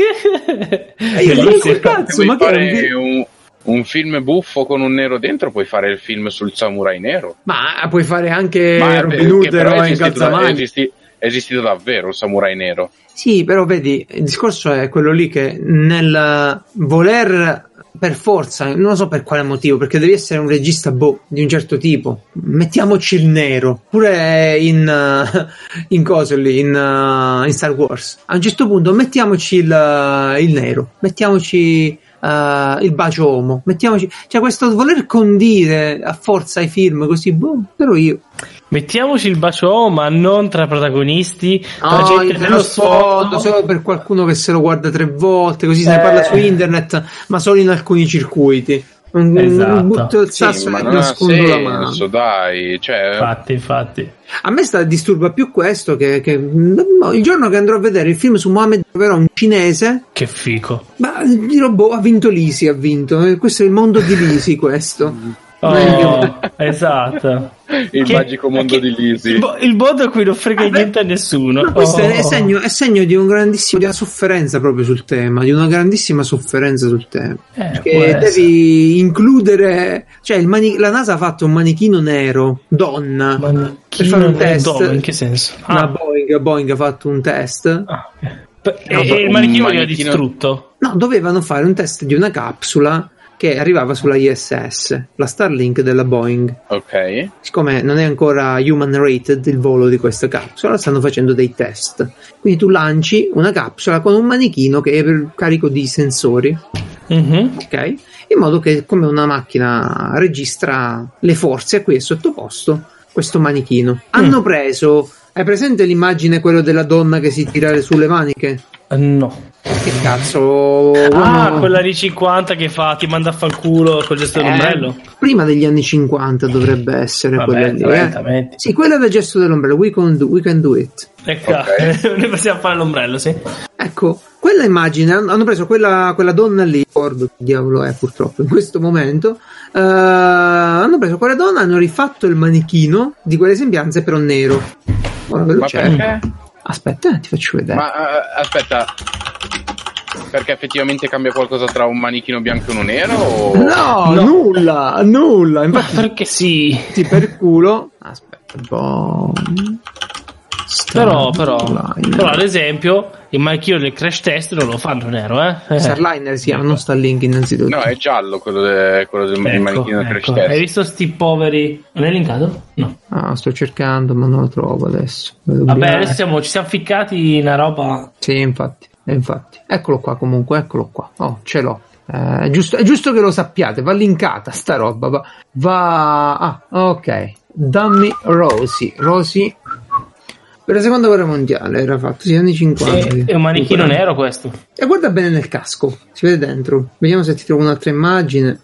E io dico, cazzo, ma che un film buffo con un nero dentro, puoi fare il film sul samurai nero. Ma puoi fare anche Robin Hood, eroe in calzamaglia. È esistito davvero il samurai nero. Sì, però vedi, il discorso è quello lì che nel voler per forza, non so per quale motivo, perché devi essere un regista di un certo tipo, mettiamoci il nero, pure in cose lì, in Star Wars. A un certo punto mettiamoci il nero, mettiamoci il bacio uomo, mettiamoci, cioè questo voler condire a forza i film così, però io mettiamoci il bacio, ma non tra protagonisti, tra gente nello sfondo, solo per qualcuno che se lo guarda 3 volte, così se ne parla su internet, ma solo in alcuni circuiti. Butto il sasso e nascondo la mano. Dai, cioè... Infatti. A me disturba più questo che il giorno che andrò a vedere il film su Mohamed troverò un cinese. Che fico. Ma dirò, ha vinto Lisi, questo è il mondo di Lisi, questo. Esatto. Il magico mondo di Lisi. Il mondo a cui non frega niente a nessuno. Ma questo è segno di di una sofferenza proprio sul tema, di una grandissima sofferenza sul tema. Perché devi includere, cioè la NASA ha fatto un manichino nero, donna, per fare un test. In che senso? Boeing ha fatto un test. E il manichino veniva distrutto? No, dovevano fare un test di una capsula che arrivava sulla ISS, la Starlink della Boeing. Ok. Siccome non è ancora human rated il volo di questa capsula, stanno facendo dei test. Quindi tu lanci una capsula con un manichino che è carico di sensori, ok? In modo che, come una macchina registra le forze a cui è sottoposto questo manichino. Hanno preso, hai presente l'immagine, quello della donna che si tira sulle maniche? No. Che cazzo? Quella di 50 che fa ti manda a fanculo col gesto dell'ombrello. Prima degli anni 50 dovrebbe essere. Vabbè, quella lì. Sì, quella del gesto dell'ombrello. We can do it. Noi possiamo fare l'ombrello, sì. Ecco, quella immagine hanno preso quella donna lì. Ricordo che diavolo è purtroppo in questo momento. Hanno preso quella donna, hanno rifatto il manichino di quelle sembianze, però nero. Ora ve lo cerco. Aspetta, ti faccio vedere. Ma aspetta, perché effettivamente cambia qualcosa tra un manichino bianco e uno nero? O... No, nulla. Infatti, perché sì, per culo. Aspetta, Però ad esempio il manichino del crash test non lo fanno nero, Starliner si chiama, non Starlink innanzitutto. No, è giallo quello del manichino del crash test. Hai visto sti poveri? Non è linkato? No. Ah, sto cercando ma non lo trovo adesso. Vabbè, adesso ci siamo ficcati in una roba. Sì, infatti. Eccolo qua comunque, eccolo qua. Oh, ce l'ho. È giusto che lo sappiate, va linkata sta roba. Ok. Dammi Rosie per la seconda guerra mondiale era fatto, sì, anni 50. È un manichino nero questo. E guarda bene nel casco, si vede dentro. Vediamo se ti trovo un'altra immagine.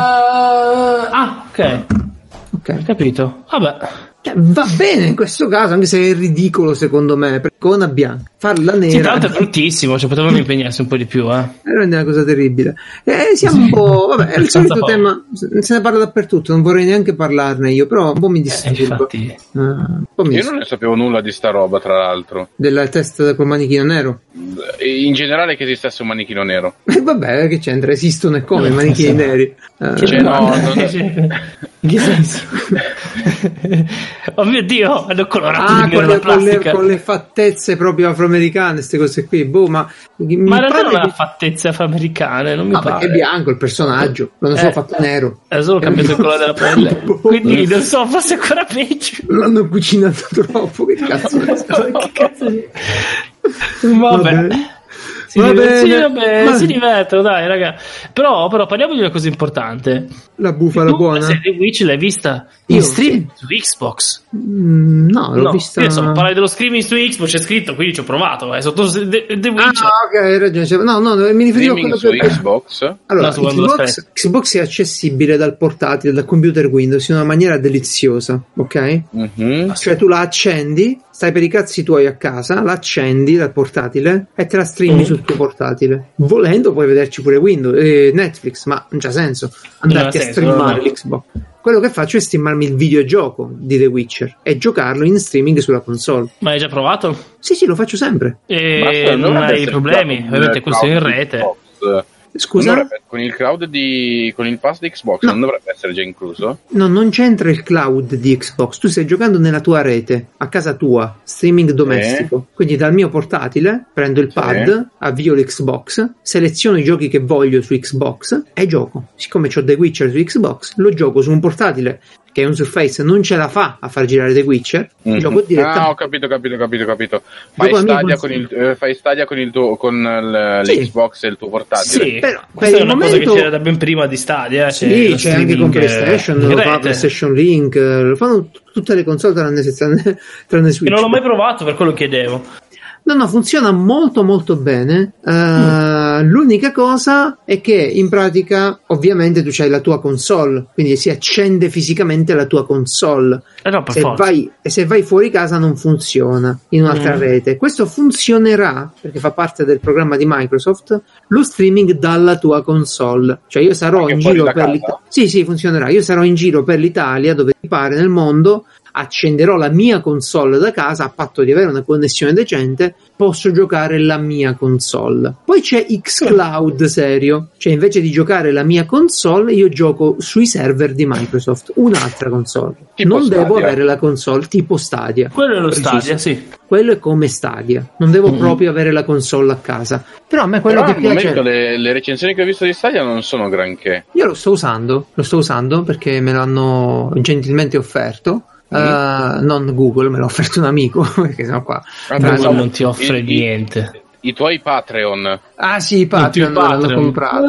Ok. Ho capito. Vabbè. Va bene in questo caso, anche se è ridicolo secondo me, perché con una bianca farla nera. Sì, tra l'altro è bruttissimo, cioè potevano impegnarsi un po' di più, È una cosa terribile. Siamo un po'. Vabbè, è il solito tema, se ne parla dappertutto, non vorrei neanche parlarne io, però un po' mi disturba. Io non ne sapevo nulla di sta roba, tra l'altro. Del test col manichino nero? In generale che esistesse un manichino nero. Vabbè, che c'entra? Esistono e come i manichini neri? In che senso? Oh mio Dio, hanno colorato con le fattezze proprio afroamericane, queste cose qui. Ma in realtà non ha fattezze afroamericane, non mi pare. Perché è bianco il personaggio, l'hanno solo fatto nero. È solo cambiato il colore della pelle. Quindi non so, forse ancora peggio. L'hanno cucinato troppo, che cazzo è? Vabbè. Si divertono, dai, raga. Però parliamo di una cosa importante. La bufala buona. Se The Witch l'hai vista in stream su Xbox? No, l'ho vista. Io so, parlare dello streaming su Xbox c'è scritto, quindi ci ho provato. Sotto The Witch. Ok, hai ragione. No, mi riferivo a quello su Xbox. Allora, Xbox è accessibile dal portatile, dal computer Windows in una maniera deliziosa, ok? Mm-hmm. Cioè tu la accendi, stai per i cazzi tuoi a casa, la accendi dal portatile e te la streami sul tuo portatile. Volendo puoi vederci pure Windows, Netflix, ma non c'ha senso andarti a streamare l'Xbox. Quello che faccio è streamarmi il videogioco di The Witcher e giocarlo in streaming sulla console. Ma hai già provato? Sì, lo faccio sempre. E non hai problemi, ovviamente questo è in rete. Scusa? Con il cloud con il pass di Xbox non dovrebbe essere già incluso? No, non c'entra il cloud di Xbox. Tu stai giocando nella tua rete, a casa tua, streaming domestico. Quindi dal mio portatile prendo il pad, avvio l'Xbox, seleziono i giochi che voglio su Xbox e gioco. Siccome c'ho The Witcher su Xbox, lo gioco su un portatile che è un Surface, non ce la fa a far girare The Witcher. Gioco direttamente. Ho capito. Fai Stadia con l'Xbox e il tuo portatile. Sì, però questa è una cosa che c'era da ben prima di Stadia. Sì, c'è anche con PlayStation, lo fa PlayStation Link, lo fanno tutte le console tranne Switch. Io non l'ho mai provato, per quello chiedevo. No, funziona molto molto bene. L'unica cosa è che in pratica ovviamente tu c'hai la tua console, quindi si accende fisicamente la tua console. Se vai fuori casa non funziona in un'altra rete. Questo funzionerà perché fa parte del programma di Microsoft, lo streaming dalla tua console. Cioè io sarò in giro per l'Italia. Sì, funzionerà. Io sarò in giro per l'Italia, dove ti pare nel mondo, accenderò la mia console da casa a patto di avere una connessione decente, posso giocare la mia console. Poi c'è xCloud serio, cioè invece di giocare la mia console io gioco sui server di Microsoft, un'altra console. Tipo non Stadia. Devo avere la console tipo Stadia. Quello è lo Stadia, sì. Quello è come Stadia, non devo proprio avere la console a casa. Però a me quello che piace, le recensioni che ho visto di Stadia non sono granché. Io lo sto usando perché me l'hanno gentilmente offerto. Non Google, me l'ha offerto un amico, perché sennò qua Google non ti offre niente. I tuoi Patreon. Ah sì, i Patreon l'hanno comprato.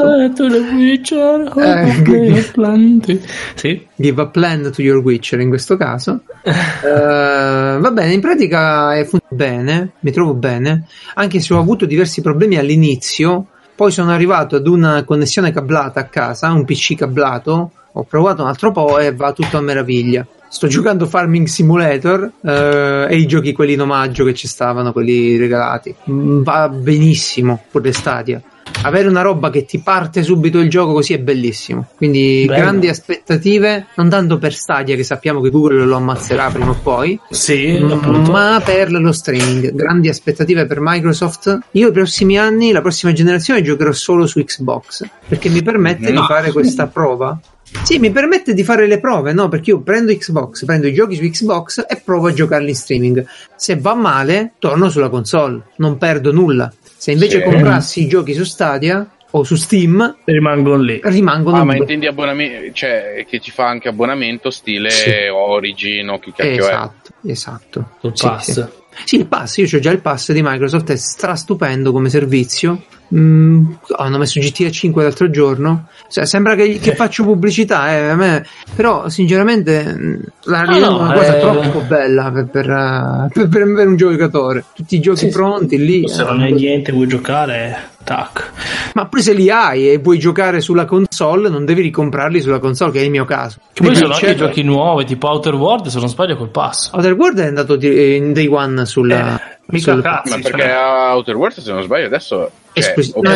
Sì. Give a plan to your Witcher in questo caso. Va bene, in pratica funziona bene, mi trovo bene, anche se ho avuto diversi problemi all'inizio. Poi sono arrivato ad una connessione cablata a casa, un PC cablato, ho provato un altro po' e va tutto a meraviglia. Sto giocando Farming Simulator e i giochi quelli in omaggio che ci stavano, quelli regalati. Va benissimo pure Stadia. Avere una roba che ti parte subito il gioco così è bellissimo. Quindi grandi aspettative, non tanto per Stadia, che sappiamo che Google lo ammazzerà prima o poi, ma per lo streaming. Grandi aspettative per Microsoft. Io i prossimi anni, la prossima generazione, giocherò solo su Xbox. perché mi permette di fare questa prova. Sì, mi permette di fare le prove, no? Perché io prendo Xbox, prendo i giochi su Xbox e provo a giocarli in streaming. Se va male, torno sulla console, non perdo nulla. Se invece comprassi i giochi su Stadia o su Steam, rimangono lì. Ma intendi abbonamento, cioè che ci fa anche abbonamento stile Origin o chi cacchio è? Esatto. Il pass. Sì, il pass, io c'ho già il pass di Microsoft, è strastupendo come servizio. Hanno messo GTA 5 l'altro giorno, sembra che faccio pubblicità, a me, però sinceramente la ritengo una cosa troppo bella per un giocatore. Tutti i giochi pronti lì, se non hai niente, vuoi giocare, tac. Ma poi se li hai e vuoi giocare sulla console, non devi ricomprarli sulla console, che è il mio caso. Che poi sono anche giochi nuovi, tipo Outer World, se non sbaglio, col pass. Outer World è andato in day one sulla mica cazzo, ma perché Outer World, se non sbaglio, adesso è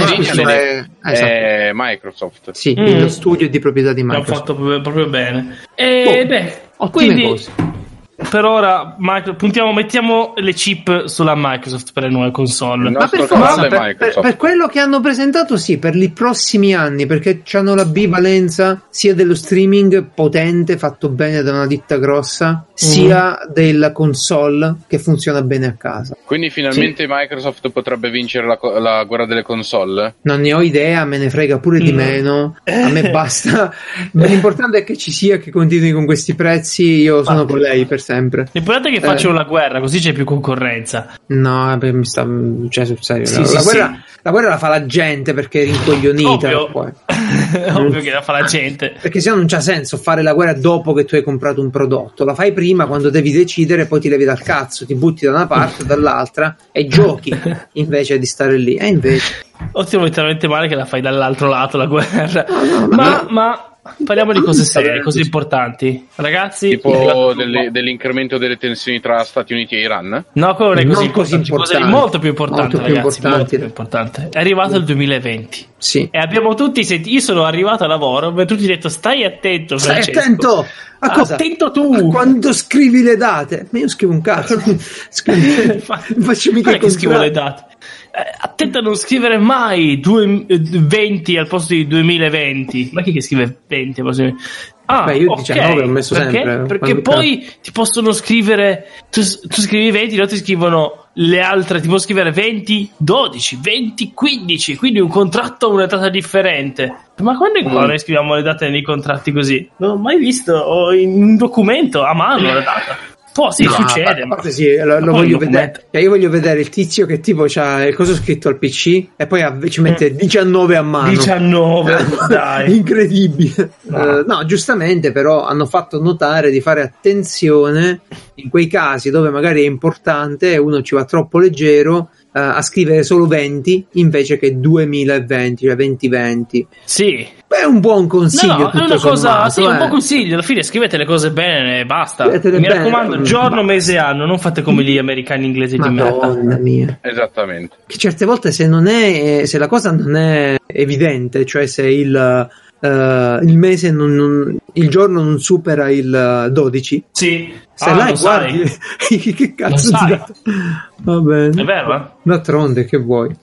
Microsoft. Sì, lo studio è di proprietà di Microsoft. L'hanno fatto proprio bene. Quindi cose. Per ora mettiamo le chip sulla Microsoft per le nuove console. Ma per quello che hanno presentato, sì, per i prossimi anni, perché hanno la bivalenza sia dello streaming potente fatto bene da una ditta grossa, sia della console che funziona bene a casa. Quindi finalmente Microsoft potrebbe vincere la guerra delle console? Non ne ho idea, me ne frega pure di meno, a me basta. L'importante è che ci sia, che continui con questi prezzi. Io sono con lei per sempre. L'importante è che facciano la guerra, così c'è più concorrenza. No, mi sta, cioè, sul serio, la guerra la fa la gente perché è rincoglionita. Ovvio che la fa la gente, perché sennò non c'ha senso fare la guerra dopo che tu hai comprato un prodotto. La fai prima, quando devi decidere, poi ti levi dal cazzo, ti butti da una parte o dall'altra e giochi invece di stare lì. E invece ottimo, talmente male che la fai dall'altro lato la guerra. Ma parliamo di cose serie, cose importanti, ragazzi. Tipo dell'incremento delle tensioni tra Stati Uniti e Iran? No, quello non è così importante. Molto più importante, ragazzi. Molto più importante. È arrivato il 2020. Sì. E abbiamo tutti io sono arrivato a lavoro, mi tutti detto stai attento, Francesco. Stai attento! A cosa? Attento tu! A quando scrivi le date. Ma io scrivo un cazzo. Faccio mica che scrivo le date. Attento a non scrivere mai 20 al posto di 2020. Ma chi che scrive 20 al posto di... Beh, io 19 ho messo sempre. Perché poi ti possono scrivere, tu scrivi 20, loro ti scrivono le altre, ti può scrivere 20 12, 20 15, quindi un contratto a una data differente. Ma quando è qua noi scriviamo le date nei contratti così? Non ho mai visto in un documento a mano la data. Succede, ma sì, lo voglio vedere. Io voglio vedere il tizio che tipo c'ha il coso scritto al PC e poi ci mette 19 a mano. 19, dai. Incredibile. No, giustamente, però hanno fatto notare di fare attenzione in quei casi dove magari è importante e uno ci va troppo leggero a scrivere solo 20 invece che 2020, cioè 2020. Sì. Beh, è un buon consiglio. È una cosa, un buon consiglio. Alla fine scrivete le cose bene e basta. Mi raccomando, giorno, mese, anno, non fate come gli americani inglesi di merda. Madonna mia. Esattamente. Che certe volte se la cosa non è evidente, cioè se il mese il giorno non supera il 12. Sì. Se guardi che cazzo di dato. Va bene. È vero, d'altronde che vuoi.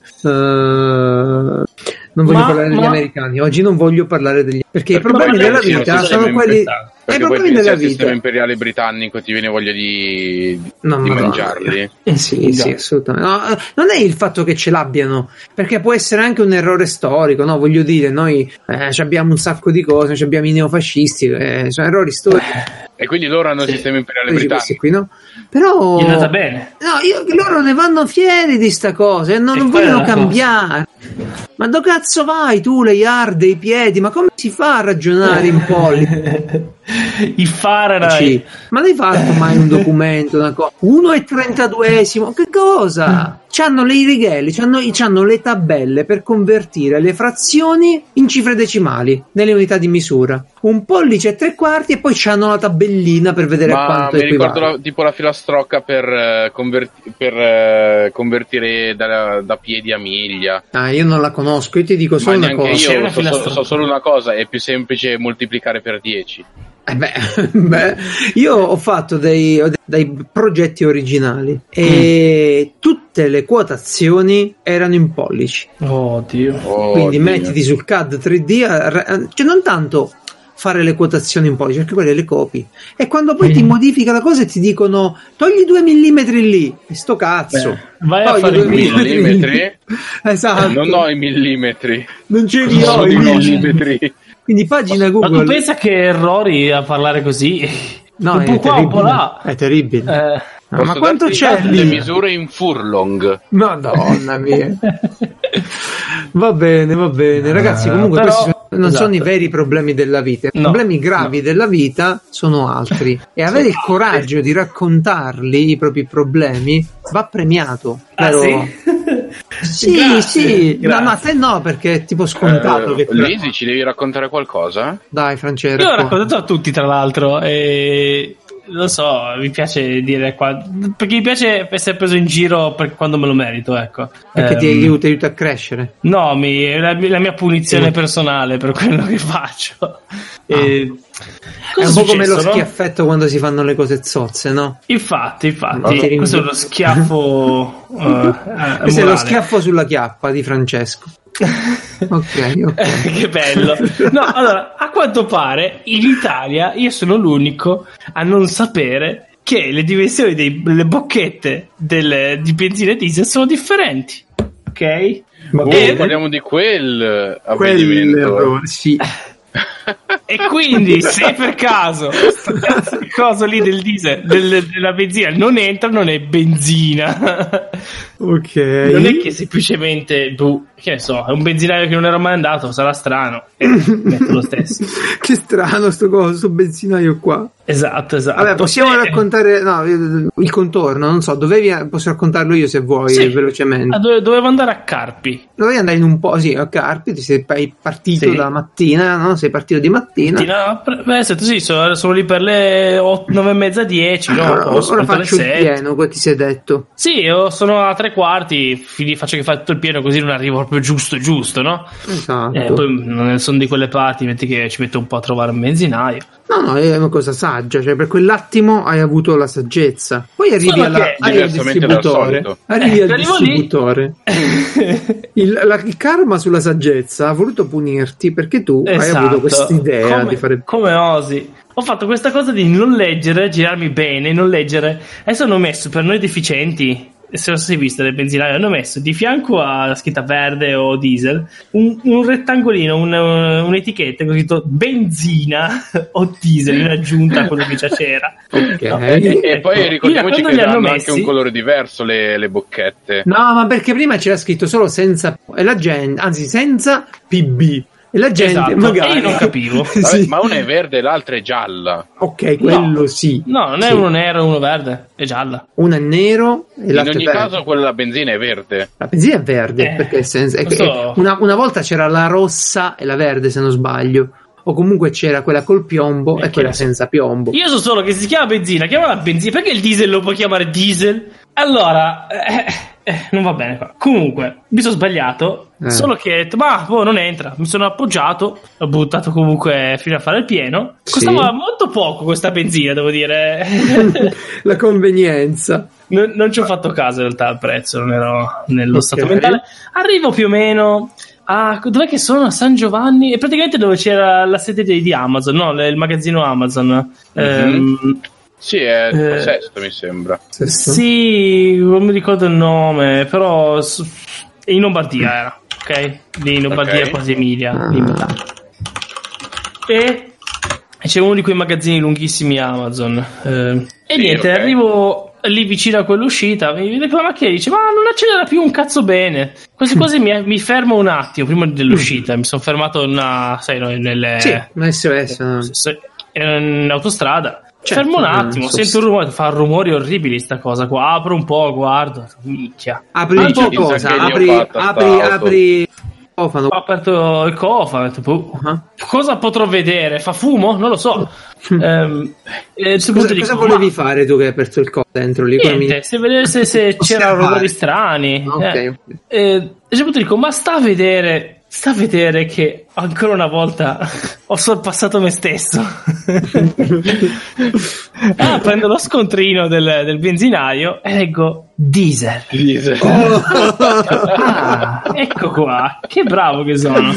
Non voglio parlare degli americani. Oggi non voglio parlare degli perché i problemi della vita sono quelli. I problemi della vita. Il sistema imperiale britannico ti viene voglia di mangiarli. Sì, assolutamente. No, non è il fatto che ce l'abbiano, perché può essere anche un errore storico, no? Voglio dire, noi abbiamo un sacco di cose, abbiamo i neofascisti, sono errori storici. E quindi loro hanno il sistema imperiale britannico. Qui, no? Però è andata bene. No, loro ne vanno fieri di sta cosa e non vogliono cambiare. Ma dove cazzo vai tu, le yard, i piedi? Ma come si fa a ragionare in polli? Il Fahrenheit. Ma l'hai fatto mai un documento, una cosa? 1,32? Che cosa? C'hanno le righelli, c'hanno le tabelle per convertire le frazioni in cifre decimali nelle unità di misura. Un pollice e 3/4 e poi c'hanno la tabellina per vedere quanto mi ricordo tipo la filastrocca per convertire da piedi a miglia. Io non la conosco, io ti dico solo una cosa. Io so solo una cosa, è più semplice moltiplicare per 10. Io ho fatto dei progetti originali e tutte le quotazioni erano in pollici. Quindi mettiti sul CAD 3D, cioè non tanto fare le quotazioni in pollici, perché quelle le copi, e quando poi ti modifica la cosa e ti dicono togli 2 millimetri lì, e sto cazzo, vai a fare 2 millimetri. Esatto, non ho i millimetri, non ce li ho i millimetri. Quindi pagina Google. Ma tu pensa che errori a parlare così? No, un po' qua, un po' là. È terribile. Ma quanto c'è lì? Le misure in furlong. Madonna mia. Va bene, ragazzi. Comunque, però, questi non sono i veri problemi della vita. I problemi gravi della vita sono altri. E avere il coraggio di raccontarli, i propri problemi, va premiato. Sì? Sì. No, a te no, perché è tipo scontato. Lisi, ci devi raccontare qualcosa? Dai, Francesco. Io ho raccontato a tutti, tra l'altro, e lo so, mi piace dire qua, perché mi piace essere preso in giro quando me lo merito, ecco. Perché ti aiuta a crescere. No, la mia punizione personale per quello che faccio. È un po' come lo schiaffetto quando si fanno le cose zozze, no? Infatti, questo è lo schiaffo. Questo è lo schiaffo sulla chiappa di Francesco. Ok. Che bello. No, allora, a quanto pare in Italia io sono l'unico a non sapere che le dimensioni delle bocchette di benzina e diesel sono differenti. Ok? Parliamo di quel avvenimento. Sì. E quindi se per caso il coso lì del diesel della benzina non entra, non è benzina. Ok. Non è che semplicemente che ne so, è un benzinaio che non ero mai andato, sarà strano, metto lo stesso. Che strano sto benzinaio qua. Esatto. Vabbè, possiamo raccontare il contorno, non so, posso raccontarlo io se vuoi, velocemente. Dovevo andare a Carpi. Dovevi andare in un po', a Carpi, ti sei partito da mattina, no? Sei partito di mattina. Sono lì per le 9:30, 10, ora faccio il pieno, ti sei detto. Sì, io sono a 3/4, faccio che fa tutto il pieno così non arrivo proprio giusto, no? Esatto. Poi non sono di quelle parti, metti che ci metto un po' a trovare un benzinaio. No, è una cosa saggia, cioè per quell'attimo hai avuto la saggezza. Poi arrivi al distributore. Arrivi al distributore. Il karma sulla saggezza ha voluto punirti perché tu hai avuto questa idea di fare. Come osi? Ho fatto questa cosa di non leggere, girarmi bene, non leggere. Adesso hanno messo per noi deficienti, se non si è visto le benzinaie, hanno messo di fianco alla scritta verde o diesel un rettangolino, un'etichetta con scritto benzina o diesel in aggiunta a quello che già c'era. E poi ricordiamoci che hanno anche un colore diverso le bocchette. No, ma perché prima c'era scritto solo senza senza PB. E la gente magari io non capivo. Vabbè, ma una è verde e l'altra è gialla. Ok, quello sì. No, non è uno nero e uno verde, è gialla. Uno è nero e l'altro è verde. In ogni caso quella della benzina è verde. La benzina è verde perché una volta c'era la rossa e la verde, se non sbaglio. O comunque c'era quella col piombo e quella senza piombo. Io so solo che si chiama benzina, chiamala benzina. Perché il diesel lo puoi chiamare diesel? Allora non va bene qua. Comunque mi sono sbagliato. Solo che non entra. Mi sono appoggiato, l'ho buttato comunque fino a fare il pieno. Costava molto poco questa benzina, devo dire. La convenienza. Non ci ho fatto caso in realtà al prezzo, non ero nello stato mentale. Arrivo più o meno dov'è che sono? A San Giovanni, e praticamente dove c'era la sede di Amazon, no? Il magazzino Amazon. Sì, è Sesto, mi sembra. Sesto? Sì, non mi ricordo il nome, però in Lombardia era, ok? Lì in Lombardia, quasi Emilia. E c'è uno di quei magazzini lunghissimi Amazon. E niente, arrivo lì vicino a quell'uscita, mi vede con la macchina e dice: ma non accelera più un cazzo bene. Quasi mi fermo un attimo prima dell'uscita. Mi sono fermato in autostrada. Certo, fermo un attimo, sento un rumore, fa rumori orribili sta cosa qua. Apro un po', guardo, minchia. Apri un po' cosa? Apri Ho aperto il cofano, cosa potrò vedere? Fa fumo? Non lo so. Cosa volevi fare tu che hai aperto il cofano dentro lì? Niente, se vedere se c'erano rumori strani. A un certo punto dico, ma sta a vedere sta a vedere che ancora una volta ho sorpassato me stesso. Prendo lo scontrino del benzinaio e leggo diesel. Oh. Ecco qua, che bravo che sono.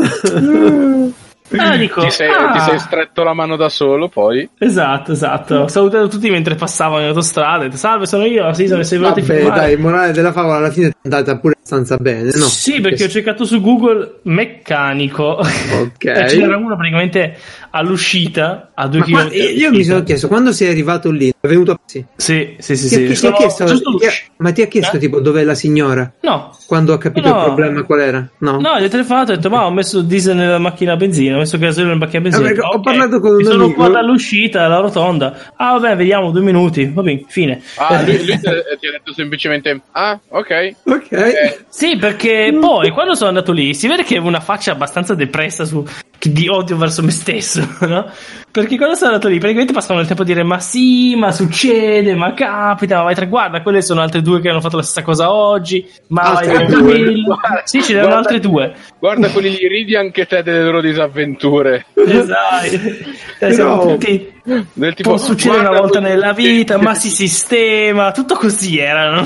Dico, ti sei stretto la mano da solo, poi. Esatto. Ho salutato tutti mentre passavano in autostrada. Salve, sono io. Sì, sono venuti a filmare. Dai, il morale della favola alla fine è andata pure abbastanza bene, no? Sì, perché ho cercato su Google meccanico. Ok. C'era uno praticamente all'uscita a 2 km. Io mi sono chiesto, quando sei arrivato lì, è venuto? Sì. Ma ti ha chiesto tipo dov'è la signora? No. Quando ha capito il problema qual era? No, gli ho telefonato e ho detto, ma ho messo diesel nella macchina a benzina, ho messo gasolio nella macchina a benzina. Okay. Ho parlato con un amico. Sono qua dall'uscita, alla rotonda. Vabbè, vediamo 2 minuti. Va bene, fine. Lui ti ha detto semplicemente, ok. Sì, perché poi quando sono andato lì si vede che avevo una faccia abbastanza depressa di odio verso me stesso, no? Perché quando sono andato lì praticamente passavano il tempo a dire ma sì, ma succede, ma capita, ma vai guarda, quelle sono altre 2 che hanno fatto la stessa cosa oggi, ma vai tranquillo. Sì, ce n'erano altre 2. Guarda quelli lì, ridi anche te delle loro disavventure. Esatto. Siamo tutti del tipo, può succedere una volta nella vita, ma si sistema, tutto così erano.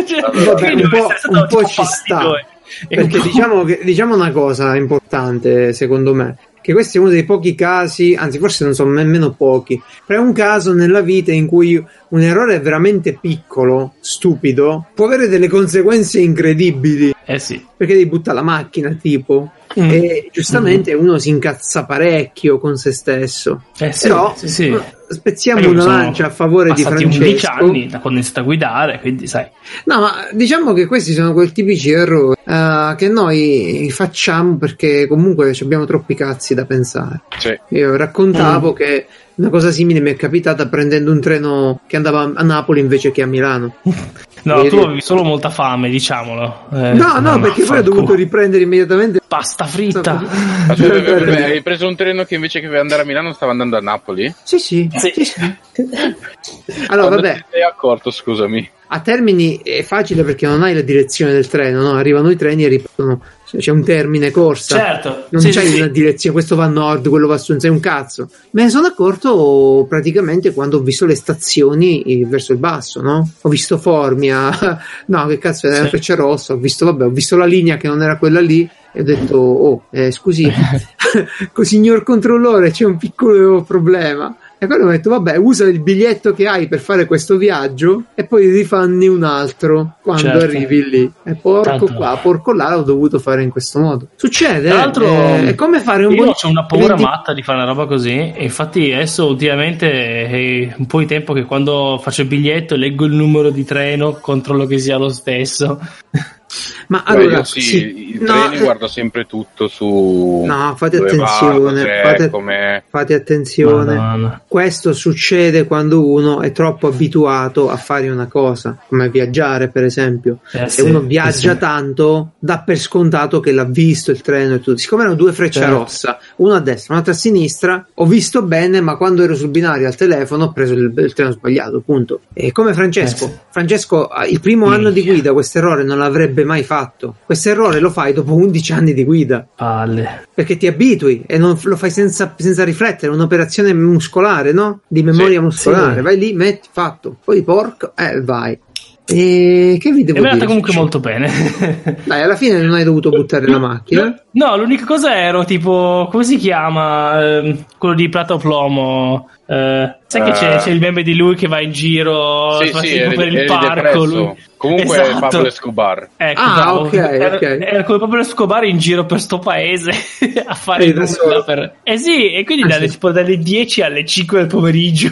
Un po' ci sta. Perché diciamo una cosa importante, secondo me, che questo è uno dei pochi casi, anzi forse non sono nemmeno pochi, però è un caso nella vita in cui un errore veramente piccolo, stupido, può avere delle conseguenze incredibili. Sì. Perché devi buttare la macchina, tipo. E giustamente uno si incazza parecchio con se stesso. Però spezziamo una lancia a favore di Francesco. 11 anni da quando inizia a guidare, quindi sai. No, ma diciamo che questi sono quel tipici errori che noi facciamo perché comunque abbiamo troppi cazzi da pensare. Sì. Io raccontavo che una cosa simile mi è capitata prendendo un treno che andava a Napoli invece che a Milano. No, tu avevi solo molta fame, diciamolo. No, perché poi ho dovuto riprendere immediatamente pasta fritta. Hai preso un treno che invece che andare a Milano stava andando a Napoli? Sì. Allora, vabbè. Ti sei accorto, scusami. A Termini è facile perché non hai la direzione del treno, no? Arrivano i treni e ripartono. C'è un termine corsa. Certo. Non c'hai una direzione, questo va a nord, quello va a sud, non sei un cazzo. Me ne sono accorto praticamente quando ho visto le stazioni verso il basso, no? Ho visto Formia, no, che cazzo, era una freccia rossa, ho visto la linea che non era quella lì e ho detto, scusi, signor controllore, c'è un piccolo problema. E poi ho detto, vabbè, usa il biglietto che hai per fare questo viaggio e poi rifanni un altro quando arrivi lì. E porco là, l'ho dovuto fare in questo modo. Succede, tra l'altro, è come fare un io ho una paura matta di fare una roba così, e infatti adesso ultimamente è un po' di tempo che quando faccio il biglietto leggo il numero di treno, controllo che sia lo stesso. Ma allora, i treni guardo sempre tutto su. No, fate attenzione. Fate attenzione. Madonna. Questo succede quando uno è troppo abituato a fare una cosa, come viaggiare, per esempio. Se uno viaggia tanto, dà per scontato che l'ha visto il treno e tutto. Siccome erano 2 frecce rossa, una a destra, un'altra a sinistra, ho visto bene, ma quando ero sul binario al telefono ho preso il treno sbagliato, punto. E come Francesco. Francesco, il primo anno di guida, questo errore non l'avrebbe mai fatto. Questo errore lo fai dopo 11 anni di guida. Palle. Perché ti abitui e non lo fai senza riflettere, un'operazione muscolare, no? Di memoria muscolare. Sì. Vai lì, metti, fatto. Poi porco, vai. E che vi devo dire? È andata comunque molto bene. Dai, alla fine non hai dovuto buttare la macchina. No, l'unica cosa ero tipo, come si chiama? Quello di Plata o Plomo. Sai che c'è il meme di lui che va in giro per il parco. Lui. Comunque esatto. Pablo Escobar. Ecco, ok. Era come Pablo Escobar in giro per sto paese a fare il nulla sì, e quindi dalle 10 alle 5 del pomeriggio.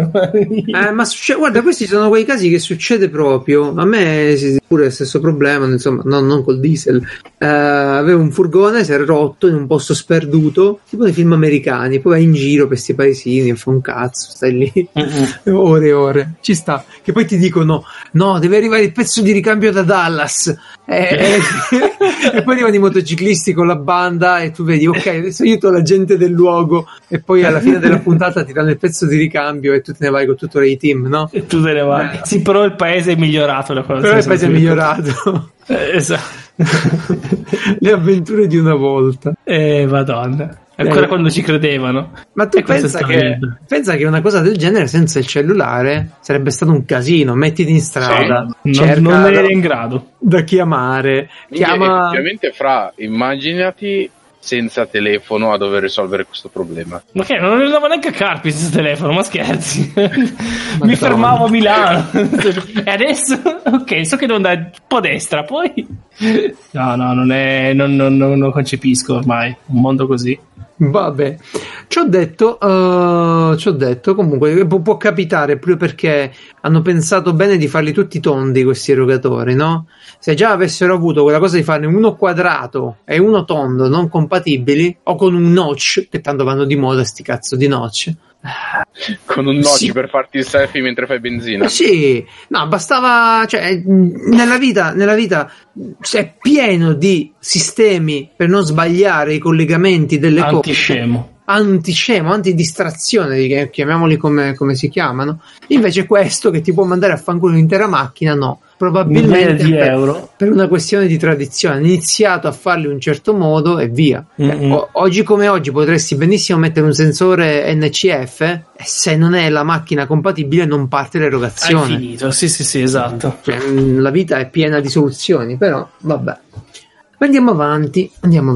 Ma guarda, questi sono quei casi che succede proprio. A me pure lo stesso problema, insomma, non col diesel. Avevo un furgone, si era rotto in un posto sperduto, tipo nei film americani, poi vai in giro per questi paesini e fa un cazzo, stai lì ore e ore, ci sta, che poi ti dicono no, deve arrivare il pezzo di ricambio da Dallas e poi arrivano i motociclisti con la banda e tu vedi, ok, adesso io la gente del luogo, e poi alla fine della puntata ti danno il pezzo di ricambio e tu te ne vai con tutto il team, no? E tu te ne vai. Sì, però il paese è migliorato da quello. Però il paese è migliorato. Esatto. Le avventure di una volta. Madonna. Ancora quando ci credevano. Ma tu pensa che una cosa del genere senza il cellulare sarebbe stato un casino. Mettiti in strada, non eri in grado da chiamare. Ovviamente, immaginati senza telefono a dover risolvere questo problema. Ma che non andavo neanche a Carpi senza telefono, ma scherzi. Mi fermavo a Milano e adesso ok, so che devo andare un po' a destra, poi no, non concepisco ormai un mondo così. Vabbè, ci ho detto comunque può capitare proprio perché hanno pensato bene di farli tutti tondi questi erogatori, no? Se già avessero avuto quella cosa di farne uno quadrato e uno tondo non compatibili, o con un notch, che tanto vanno di moda sti cazzo di notch, con un notch per farti il selfie mentre fai benzina. Sì, no, bastava, cioè nella vita è pieno di sistemi per non sbagliare i collegamenti delle cose. Antidistrazione, chiamiamoli come si chiamano. Invece questo che ti può mandare a fanculo l'intera macchina, no. Probabilmente per una questione di tradizione hanno iniziato a farli in un certo modo e via. Oggi come oggi potresti benissimo mettere un sensore NCF e se non è la macchina compatibile non parte l'erogazione. Hai finito, sì, esatto. Cioè, la vita è piena di soluzioni, però vabbè. Andiamo avanti.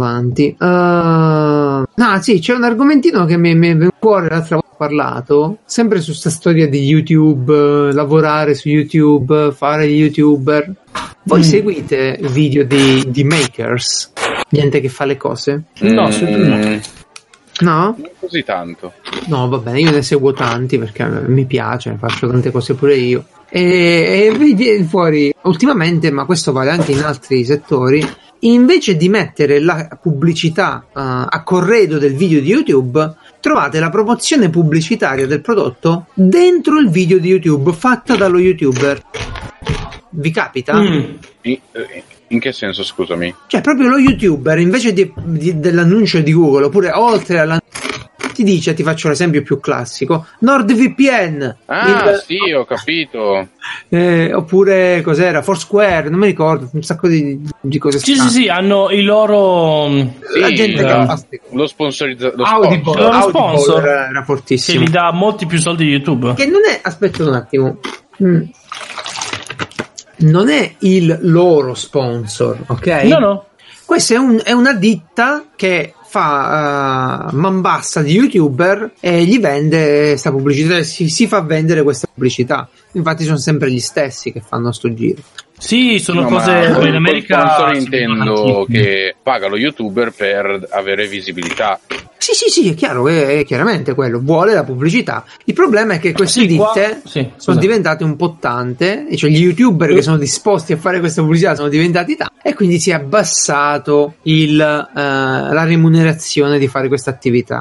Sì, c'è un argomentino che mi è venuto a cuore l'altra volta parlato, sempre su sta storia di YouTube, lavorare su YouTube, fare gli YouTuber. Voi seguite video di makers? Gente che fa le cose? No, No? Non così tanto. No, va bene, io ne seguo tanti perché mi piace, faccio tante cose pure io. E viene fuori ultimamente, ma questo vale anche in altri settori, invece di mettere la pubblicità a corredo del video di YouTube, trovate la promozione pubblicitaria del prodotto dentro il video di YouTube fatta dallo YouTuber. Vi capita? In che senso, scusami? Cioè proprio lo YouTuber invece dell'annuncio di Google, oppure oltre all'annuncio, ti dice, ti faccio l'esempio più classico, NordVPN. Sì, ho capito. Oppure cos'era? Foursquare, non mi ricordo, un sacco di cose strane. Sì, hanno i loro la gente che fa lo sponsorizzato, lo sponsor era fortissimo, che gli dà molti più soldi di YouTube. Che non è, aspetta un attimo, non è il loro sponsor, ok? No. Questo è una ditta che fa man bassa di YouTuber e gli vende questa pubblicità, si fa vendere questa pubblicità. Infatti sono sempre gli stessi che fanno sto giro. Sì, sono cose in America. Intendo che paga lo YouTuber per avere visibilità. Sì, è chiaro, è chiaramente quello, vuole la pubblicità. Il problema è che queste ditte sono diventate un po' tante, cioè gli YouTuber che sono disposti a fare questa pubblicità sono diventati tanti, e quindi si è abbassato la remunerazione di fare questa attività.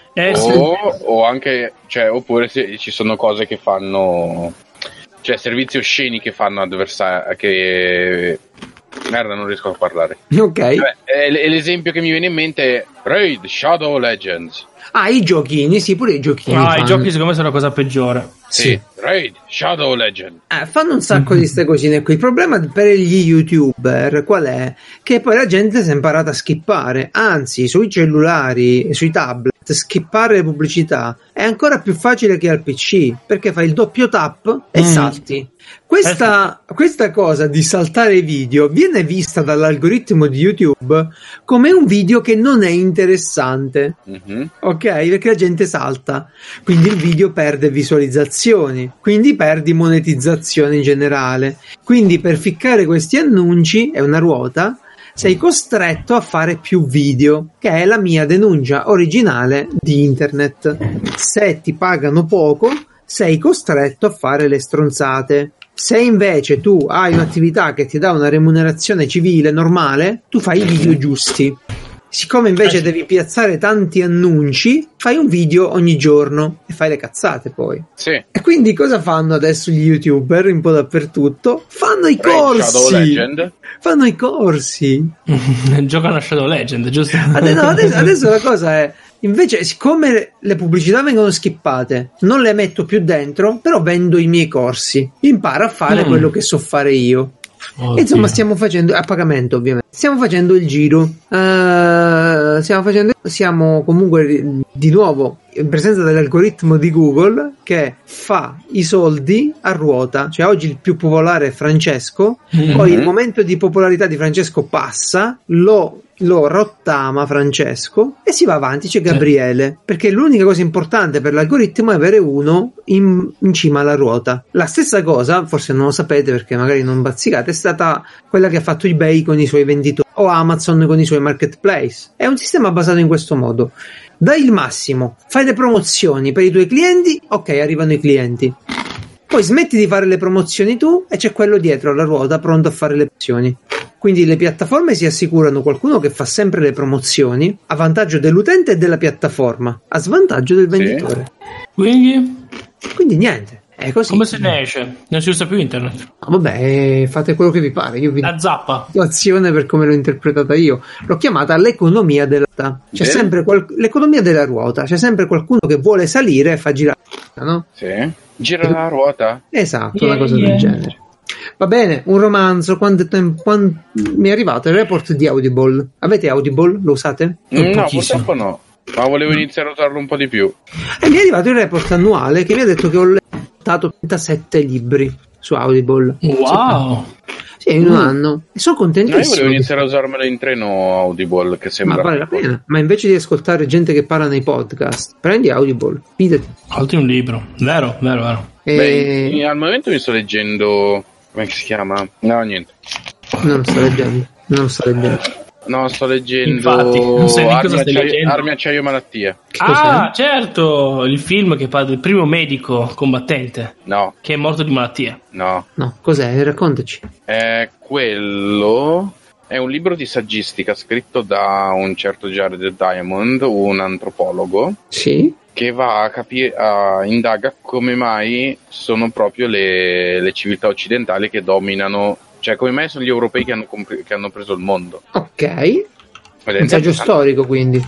O anche, cioè, oppure se ci sono cose che fanno, cioè servizi osceni che fanno avversari, che merda, non riesco a parlare. Ok. L'esempio che mi viene in mente è Raid Shadow Legends. I giochini, sì, pure i giochini. I giochi secondo me sono la cosa peggiore. Sì. Raid Shadow Legend. Fanno un sacco di queste cosine qui. Il problema per gli YouTuber qual è? Che poi la gente si è imparata a skippare. Anzi, sui cellulari e sui tablet skippare le pubblicità è ancora più facile che al PC, perché fai il doppio tap e salti. Questa cosa di saltare i video viene vista dall'algoritmo di YouTube come un video che non è interessante, ok? Perché la gente salta, quindi il video perde visualizzazioni, quindi perdi monetizzazione in generale. Quindi per ficcare questi annunci è una ruota, sei costretto a fare più video, che è la mia denuncia originale di internet. Se ti pagano poco, sei costretto a fare le stronzate. Se invece tu hai un'attività che ti dà una remunerazione civile normale, tu fai i video giusti. Siccome invece devi piazzare tanti annunci, fai un video ogni giorno e fai le cazzate poi. Sì. E quindi cosa fanno adesso gli YouTuber un po' dappertutto? Fanno i corsi. Shadow Legend. Fanno i corsi. Giocano a Shadow Legend, giusto? Adesso la cosa è, invece, siccome le pubblicità vengono skippate, non le metto più dentro, però vendo i miei corsi. Impara a fare quello che so fare io. Insomma, stiamo facendo a pagamento, ovviamente. Stiamo facendo il giro. Siamo comunque di nuovo in presenza dell'algoritmo di Google che fa i soldi a ruota. Cioè, oggi il più popolare è Francesco, poi il momento di popolarità di Francesco passa, lo rottama Francesco e si va avanti, c'è Gabriele, perché l'unica cosa importante per l'algoritmo è avere uno in cima alla ruota. La stessa cosa, forse non lo sapete perché magari non bazzicate, è stata quella che ha fatto eBay con i suoi venditori o Amazon con i suoi marketplace. È un sistema basato in questo modo: dai il massimo, fai le promozioni per i tuoi clienti, ok, arrivano i clienti, poi smetti di fare le promozioni tu e c'è quello dietro alla ruota pronto a fare le promozioni. Quindi le piattaforme si assicurano qualcuno che fa sempre le promozioni a vantaggio dell'utente e della piattaforma, a svantaggio del venditore. Quindi niente, è così. Come se ne esce? Non si usa più internet. Vabbè, fate quello che vi pare. Io vi la zappa. Situazione per come l'ho interpretata io. L'ho chiamata l'economia della ruota. C'è sempre l'economia della ruota. C'è sempre qualcuno che vuole salire e fa girare, no? Sì. Gira la ruota. Esatto, una cosa del genere. Va bene, un romanzo. Quando mi è arrivato il report di Audible. Avete Audible? Lo usate? No, purtroppo no. Ma volevo iniziare a usarlo un po' di più. E mi è arrivato il report annuale che mi ha detto che ho letto 37 libri su Audible. Wow! Sì, in un anno. E sono contentissimo. Io volevo iniziare a usarmelo in treno Audible, che sembra... Ma vale la pena. Ma invece di ascoltare gente che parla nei podcast, prendi Audible, fidati. Alti un libro. Vero. Beh, al momento mi sto leggendo... Come si chiama? No, niente. Non sto leggendo. No, sto leggendo. Infatti, non sai di cosa stai leggendo. Armi, acciaio, malattia. Certo, il film che parla del primo medico combattente. No. Che è morto di malattia. No, cos'è? Raccontaci. Quello è un libro di saggistica scritto da un certo Jared Diamond, un antropologo. Sì. Che va a capire, indaga come mai sono proprio le civiltà occidentali che dominano. Cioè, come mai sono gli europei che hanno preso il mondo. Ok. Un saggio storico, quindi.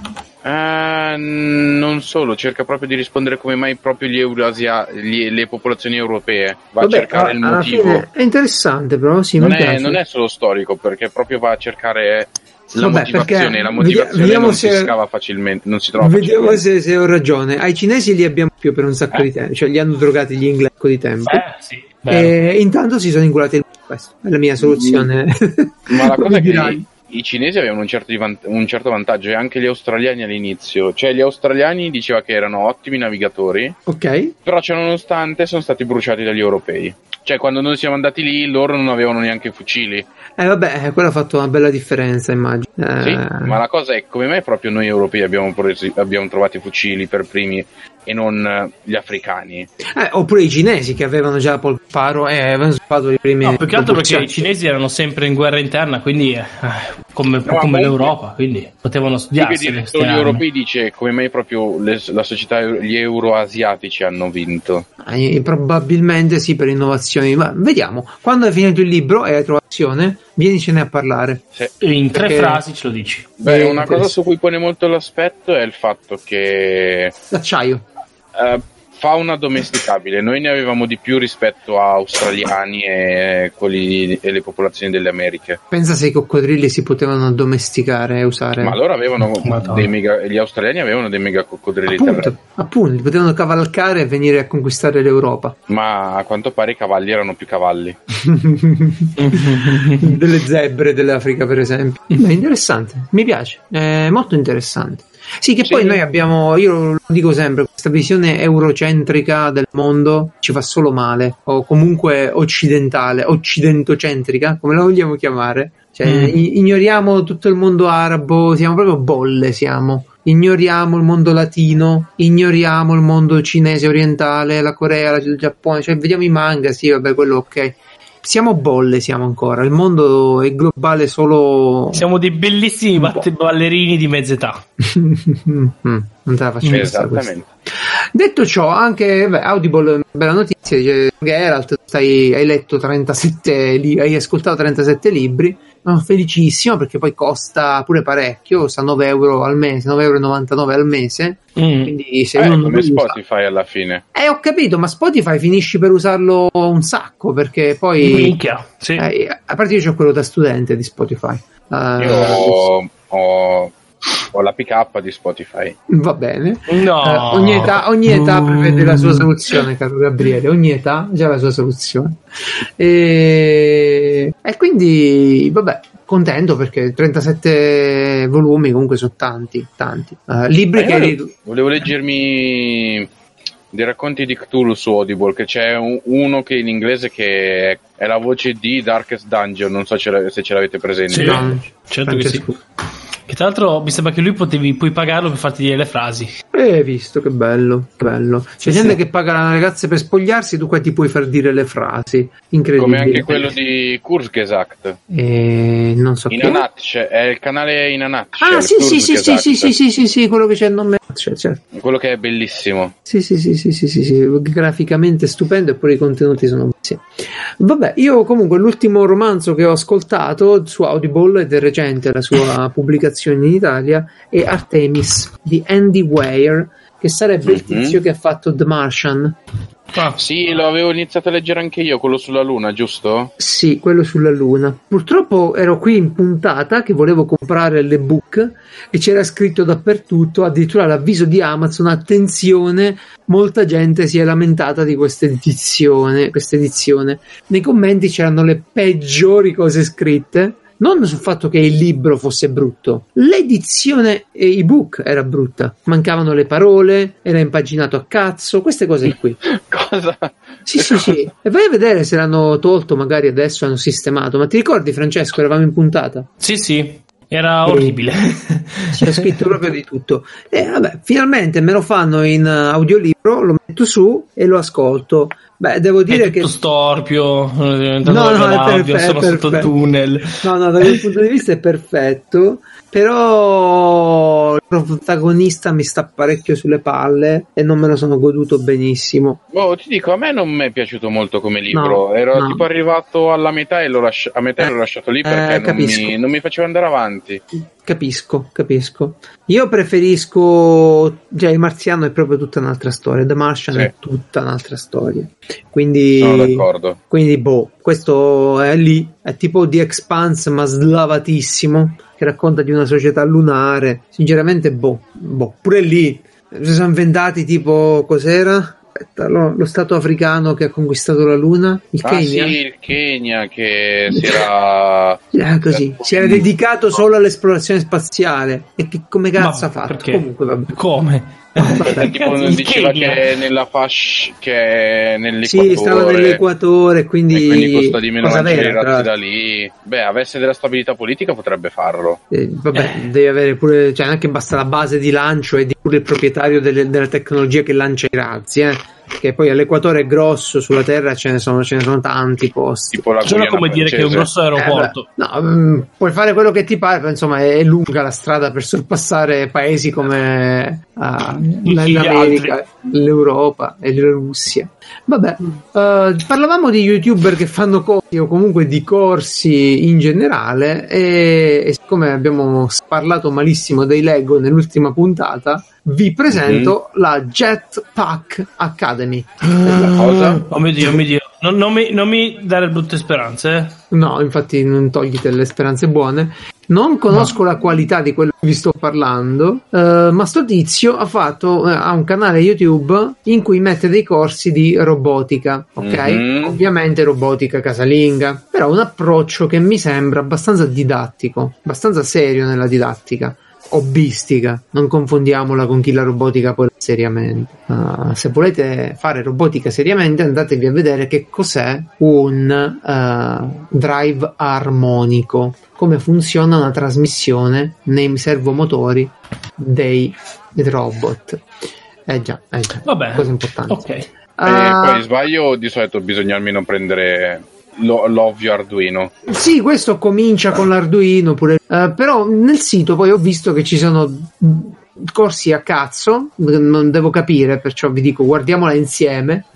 Non solo, cerca proprio di rispondere come mai proprio le popolazioni europee. A cercare il motivo. È interessante, però sì, non è solo storico, perché proprio va a cercare la motivazione. La motivazione vediamo non si scava facilmente, non si trova facilmente. Vediamo se ho ragione. Ai cinesi li abbiamo più per un sacco di tempo, cioè li hanno drogati gli inglesi di tempo. Sì. E intanto si sono inculati questo è la mia soluzione. Ma la cosa è che i cinesi avevano un certo vantaggio, e anche gli australiani all'inizio. Cioè, gli australiani diceva che erano ottimi navigatori, ok, però ciononostante sono stati bruciati dagli europei. Cioè, quando noi siamo andati lì, loro non avevano neanche fucili. Vabbè, quello ha fatto una bella differenza, immagino. Sì, ma la cosa è come mai proprio noi europei abbiamo trovato i fucili per primi e non gli africani. Oppure i cinesi che avevano già Polparo e avevano sviluppato i primi. No, più che altro perché i cinesi erano sempre in guerra interna, quindi come l'Europa, quindi potevano studiarsi. Gli europei dice come mai proprio la società, gli euroasiatici hanno vinto. Probabilmente sì, per innovazioni. Ma vediamo, quando hai finito il libro e hai trovato azione, vienicene a parlare. Sì. In 3 frasi ce lo dici. Beh, una cosa su cui pone molto l'aspetto è il fatto che l'acciaio fauna domesticabile noi ne avevamo di più rispetto a australiani e le popolazioni delle Americhe. Pensa se i coccodrilli si potevano domesticare e usare. Ma loro avevano gli australiani avevano dei mega coccodrilli appunto, li potevano cavalcare e venire a conquistare l'Europa. Ma a quanto pare i cavalli erano più cavalli. Delle zebre dell'Africa, per esempio. È interessante, mi piace, è molto interessante. Sì, che poi noi abbiamo, io lo dico sempre, questa visione eurocentrica del mondo ci fa solo male, o comunque occidentocentrica, come la vogliamo chiamare. Cioè, ignoriamo tutto il mondo arabo, siamo proprio bolle, ignoriamo il mondo latino, ignoriamo il mondo cinese orientale, la Corea, il Giappone, cioè vediamo i manga, sì, vabbè, quello ok. Siamo bolle, ancora. Il mondo è globale solo. Siamo dei bellissimi ballerini di mezz'età. Non te la faccio. Esattamente. Detto ciò, anche Audible, bella notizia, dice Geralt, hai letto 37 hai ascoltato 37 libri. sono felicissimo perché poi costa pure parecchio, costa 9 euro al mese, 9,99 euro al mese. Quindi se uno non come lo Spotify usa, alla fine. ho capito, ma Spotify finisci per usarlo un sacco perché poi minchia, sì. A parte io c'ho quello da studente di Spotify. Io ho la pick-up di Spotify. Va bene. No. Ogni età prevede la sua soluzione, caro Gabriele. Ogni età ha la sua soluzione. E quindi, vabbè, contento perché 37 volumi comunque sono tanti. Libri che... Volevo leggermi dei racconti di Cthulhu su Audible, che c'è uno che in inglese che è la voce di Darkest Dungeon, non so se ce l'avete presente. Sì, no, certo che sì. Che tra l'altro mi sembra che lui puoi pagarlo per farti dire le frasi. Visto, che bello. C'è gente che paga le ragazze per spogliarsi, tu qua ti puoi far dire le frasi. Incredibile. Come anche quello di Kurzgesagt. Non so In Anatch, è il canale In Anatch. Ah, sì, quello che c'è il nome. Certo. Quello che è bellissimo. Sì, graficamente stupendo e poi i contenuti sono sì. Vabbè, io comunque l'ultimo romanzo che ho ascoltato su Audible ed è recente la sua pubblicazione in Italia è Artemis di Andy Weir, che sarebbe il tizio che ha fatto The Martian. Sì, lo avevo iniziato a leggere anche io, quello sulla Luna, giusto? Sì, quello sulla Luna. Purtroppo ero qui in puntata che volevo comprare l'ebook e c'era scritto dappertutto, addirittura l'avviso di Amazon, attenzione, molta gente si è lamentata di questa edizione. Nei commenti c'erano le peggiori cose scritte. Non sul fatto che il libro fosse brutto, l'edizione ebook era brutta, mancavano le parole, era impaginato a cazzo, queste cose qui. Cosa? Sì. E vai a vedere se l'hanno tolto, magari adesso hanno sistemato. Ma ti ricordi, Francesco, eravamo in puntata? Sì, era orribile. C'è scritto proprio di tutto. E vabbè, finalmente me lo fanno in audiolibro, lo metto su e lo ascolto. Beh, devo dire che storpio, è perfetto, sono sotto il tunnel. No, da quel punto di vista è perfetto, però il protagonista mi sta parecchio sulle palle e non me lo sono goduto benissimo. Ti dico, a me non mi è piaciuto molto come libro. Ero tipo arrivato alla metà e l'ho lasciato lì perché non mi faceva andare avanti. Capisco. Io preferisco, il Marziano è proprio tutta un'altra storia, The Martian è tutta un'altra storia. Quindi sono d'accordo. Quindi questo è lì, è tipo The Expanse ma slavatissimo, che racconta di una società lunare. Sinceramente pure lì si sono inventati tipo cos'era? Aspetta, lo stato africano che ha conquistato la Luna, il Kenya. Sì, il Kenya che si era si era dedicato solo all'esplorazione spaziale. E che come cazzo ha fatto? Perché? Comunque vabbè. Come? Tipo diceva che è nella fascia, che è nell'equatore. Sì, stava nell'equatore, quindi costa di meno lanciare i razzi da lì. Avesse della stabilità politica potrebbe farlo. Devi avere pure, anche basta la base di lancio e di pure il proprietario della tecnologia che lancia i razzi, che poi all'equatore è grosso, sulla Terra ce ne sono tanti posti. Tipo la Guyana come francese. Dire che è un grosso aeroporto. Puoi fare quello che ti pare, però insomma è lunga la strada per sorpassare paesi come l'America, l'Europa e la Russia. Vabbè, parlavamo di YouTuber che fanno corsi o comunque di corsi in generale e siccome abbiamo parlato malissimo dei Lego nell'ultima puntata, vi presento la Jetpack Academy. Cosa? Oh mio Dio. Non mi dare brutte speranze. No, infatti non toglite le speranze buone. Non conosco la qualità di quello che vi sto parlando, ma sto tizio ha un canale YouTube in cui mette dei corsi di robotica, ok? Ovviamente robotica casalinga, però un approccio che mi sembra abbastanza didattico, abbastanza serio nella didattica. Hobbistica, non confondiamola con chi la robotica poi seriamente. Se volete fare robotica seriamente, andatevi a vedere che cos'è un drive armonico, come funziona una trasmissione nei servomotori dei robot. Già. Vabbè, cosa importante. Ok. Poi sbaglio, di solito bisogna almeno prendere l'ovvio Arduino. Sì, questo comincia con l'Arduino pure, però nel sito poi ho visto che ci sono corsi a cazzo, non devo capire, perciò vi dico guardiamola insieme.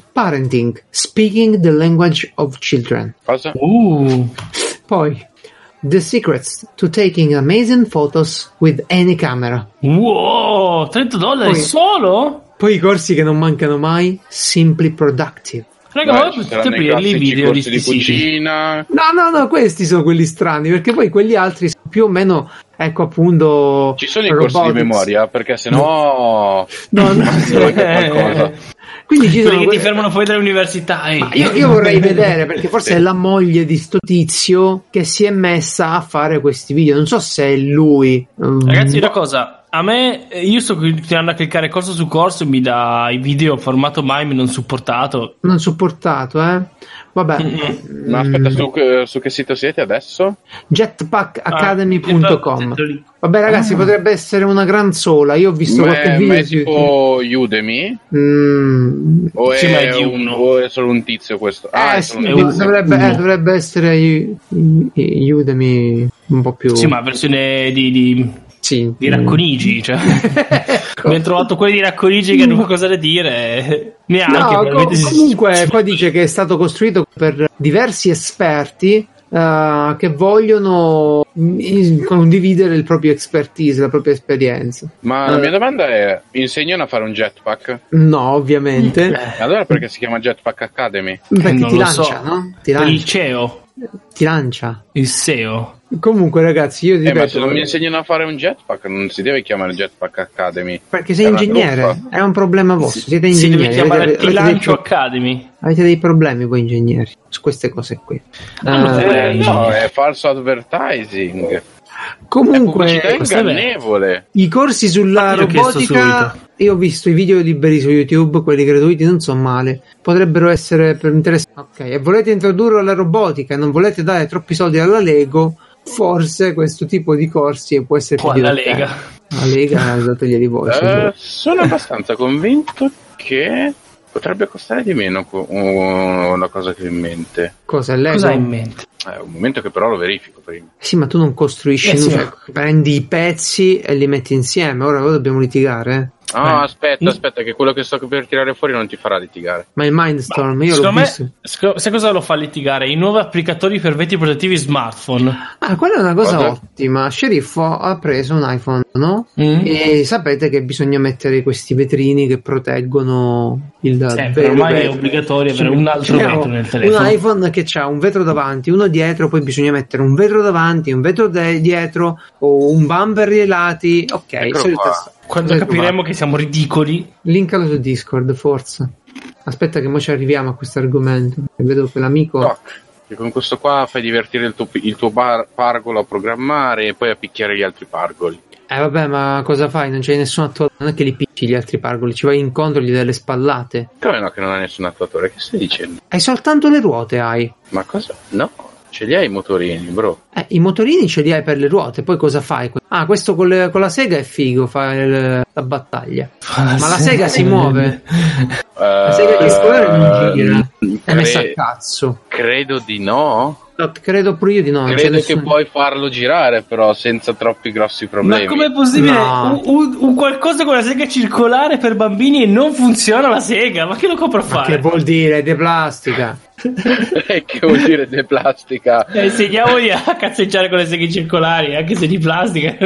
Parenting, speaking the language of children. Cosa? Poi The secrets to taking amazing photos with any camera. Wow, $30 poi, solo? Poi i corsi che non mancano mai, Simply Productive. Raga, potete aprirli i video di cucina. No, questi sono quelli strani, perché poi quegli altri sono più o meno, ecco, appunto, ci sono i corsi di memoria, perché sennò qualcosa. Quindi ci sono quelli che ti fermano fuori dall'università. Io vorrei vedere, perché forse è la moglie di sto tizio che si è messa a fare questi video. Non so se è lui. Ragazzi, una cosa. A me, io sto continuando a cliccare corso su corso e mi dà i video formato MIME non supportato. Non supportato, Vabbè. No, aspetta, su che sito siete adesso? Jetpackacademy.com. Vabbè, ragazzi, potrebbe essere una gran sola. Io ho visto qualche video. Ma è tipo Udemy? O è solo un tizio questo? Dovrebbe essere Udemy un po' più. Sì, ma versione di Racconigi, cioè. Abbiamo trovato quelli di Racconigi che hanno qualcosa da dire. Neanche. Comunque, qua dice che è stato costruito per diversi esperti che vogliono condividere il proprio expertise, la propria esperienza. Ma la mia domanda è: insegnano a fare un jetpack? No, ovviamente. Allora perché si chiama Jetpack Academy? Perché ti lancia, no? Ti lancia. Il CEO. Ti lancia. Il SEO. Comunque, ragazzi, io ripeto, ma se non mi insegnano a fare un jetpack, non si deve chiamare Jetpack Academy. Perché sei ingegnere, è un problema vostro. Siete ingegneri. Si deve chiamare Ti Lancio Academy. Avete dei problemi voi ingegneri su queste cose qui. No, è falso advertising. Comunque, è ingannevole. I corsi sulla robotica, io ho visto i video liberi su YouTube, quelli gratuiti non sono male, potrebbero essere per interessanti. Ok, e volete introdurre la robotica e non volete dare troppi soldi alla Lego, forse questo tipo di corsi può essere più divertente. La Lega dateglieli voi. Sono abbastanza convinto che potrebbe costare di meno una cosa che ho in mente. Cosa Lego? Cosa hai in mente? Un momento che però lo verifico prima. Sì, ma tu non costruisci nulla, prendi i pezzi e li metti insieme. Ora dobbiamo litigare. Aspetta, che quello che sto per tirare fuori non ti farà litigare. Ma il Mindstorm, io l'ho visto. Sai cosa lo fa litigare? I nuovi applicatori per vetri protettivi smartphone. Quella è una cosa ottima. Sceriffo ha preso un iPhone, no? E sapete che bisogna mettere questi vetrini che proteggono il vetro. Ormai è obbligatorio avere un altro vetro nel telefono. Un iPhone che ha un vetro davanti, uno dietro, poi bisogna mettere un vetro davanti, un vetro dietro o un bumper ai lati. Ok, quando capiremo che siamo ridicoli, linkalo su Discord, forza. Aspetta che mo ci arriviamo a questo argomento. Vedo che l'amico che con questo qua fai divertire il tuo pargolo a programmare e poi a picchiare gli altri pargoli. Vabbè, ma cosa fai? Non c'è nessun attuatore, non è che li picchi gli altri pargoli, ci vai incontro, gli dai le spallate. Come no che non hai nessun attuatore? Che stai dicendo? Hai soltanto le ruote, hai. Ma cosa? No, ce li hai i motorini, bro. I motorini ce li hai per le ruote, poi cosa fai? Questo con la sega è figo, fai la battaglia. Ma la sega si muove. La sega di scuola non gira. È messa a cazzo. Credo di no. No, credo pure io di no. Credo che puoi farlo girare, però senza troppi grossi problemi. Ma com'è possibile? No. Un qualcosa con la sega circolare per bambini e non funziona la sega? Ma che lo compro a fare? Ma che vuol dire? De plastica. Che vuol dire de plastica? Insegniamogli a cazzeggiare con le seghe circolari, anche se di plastica.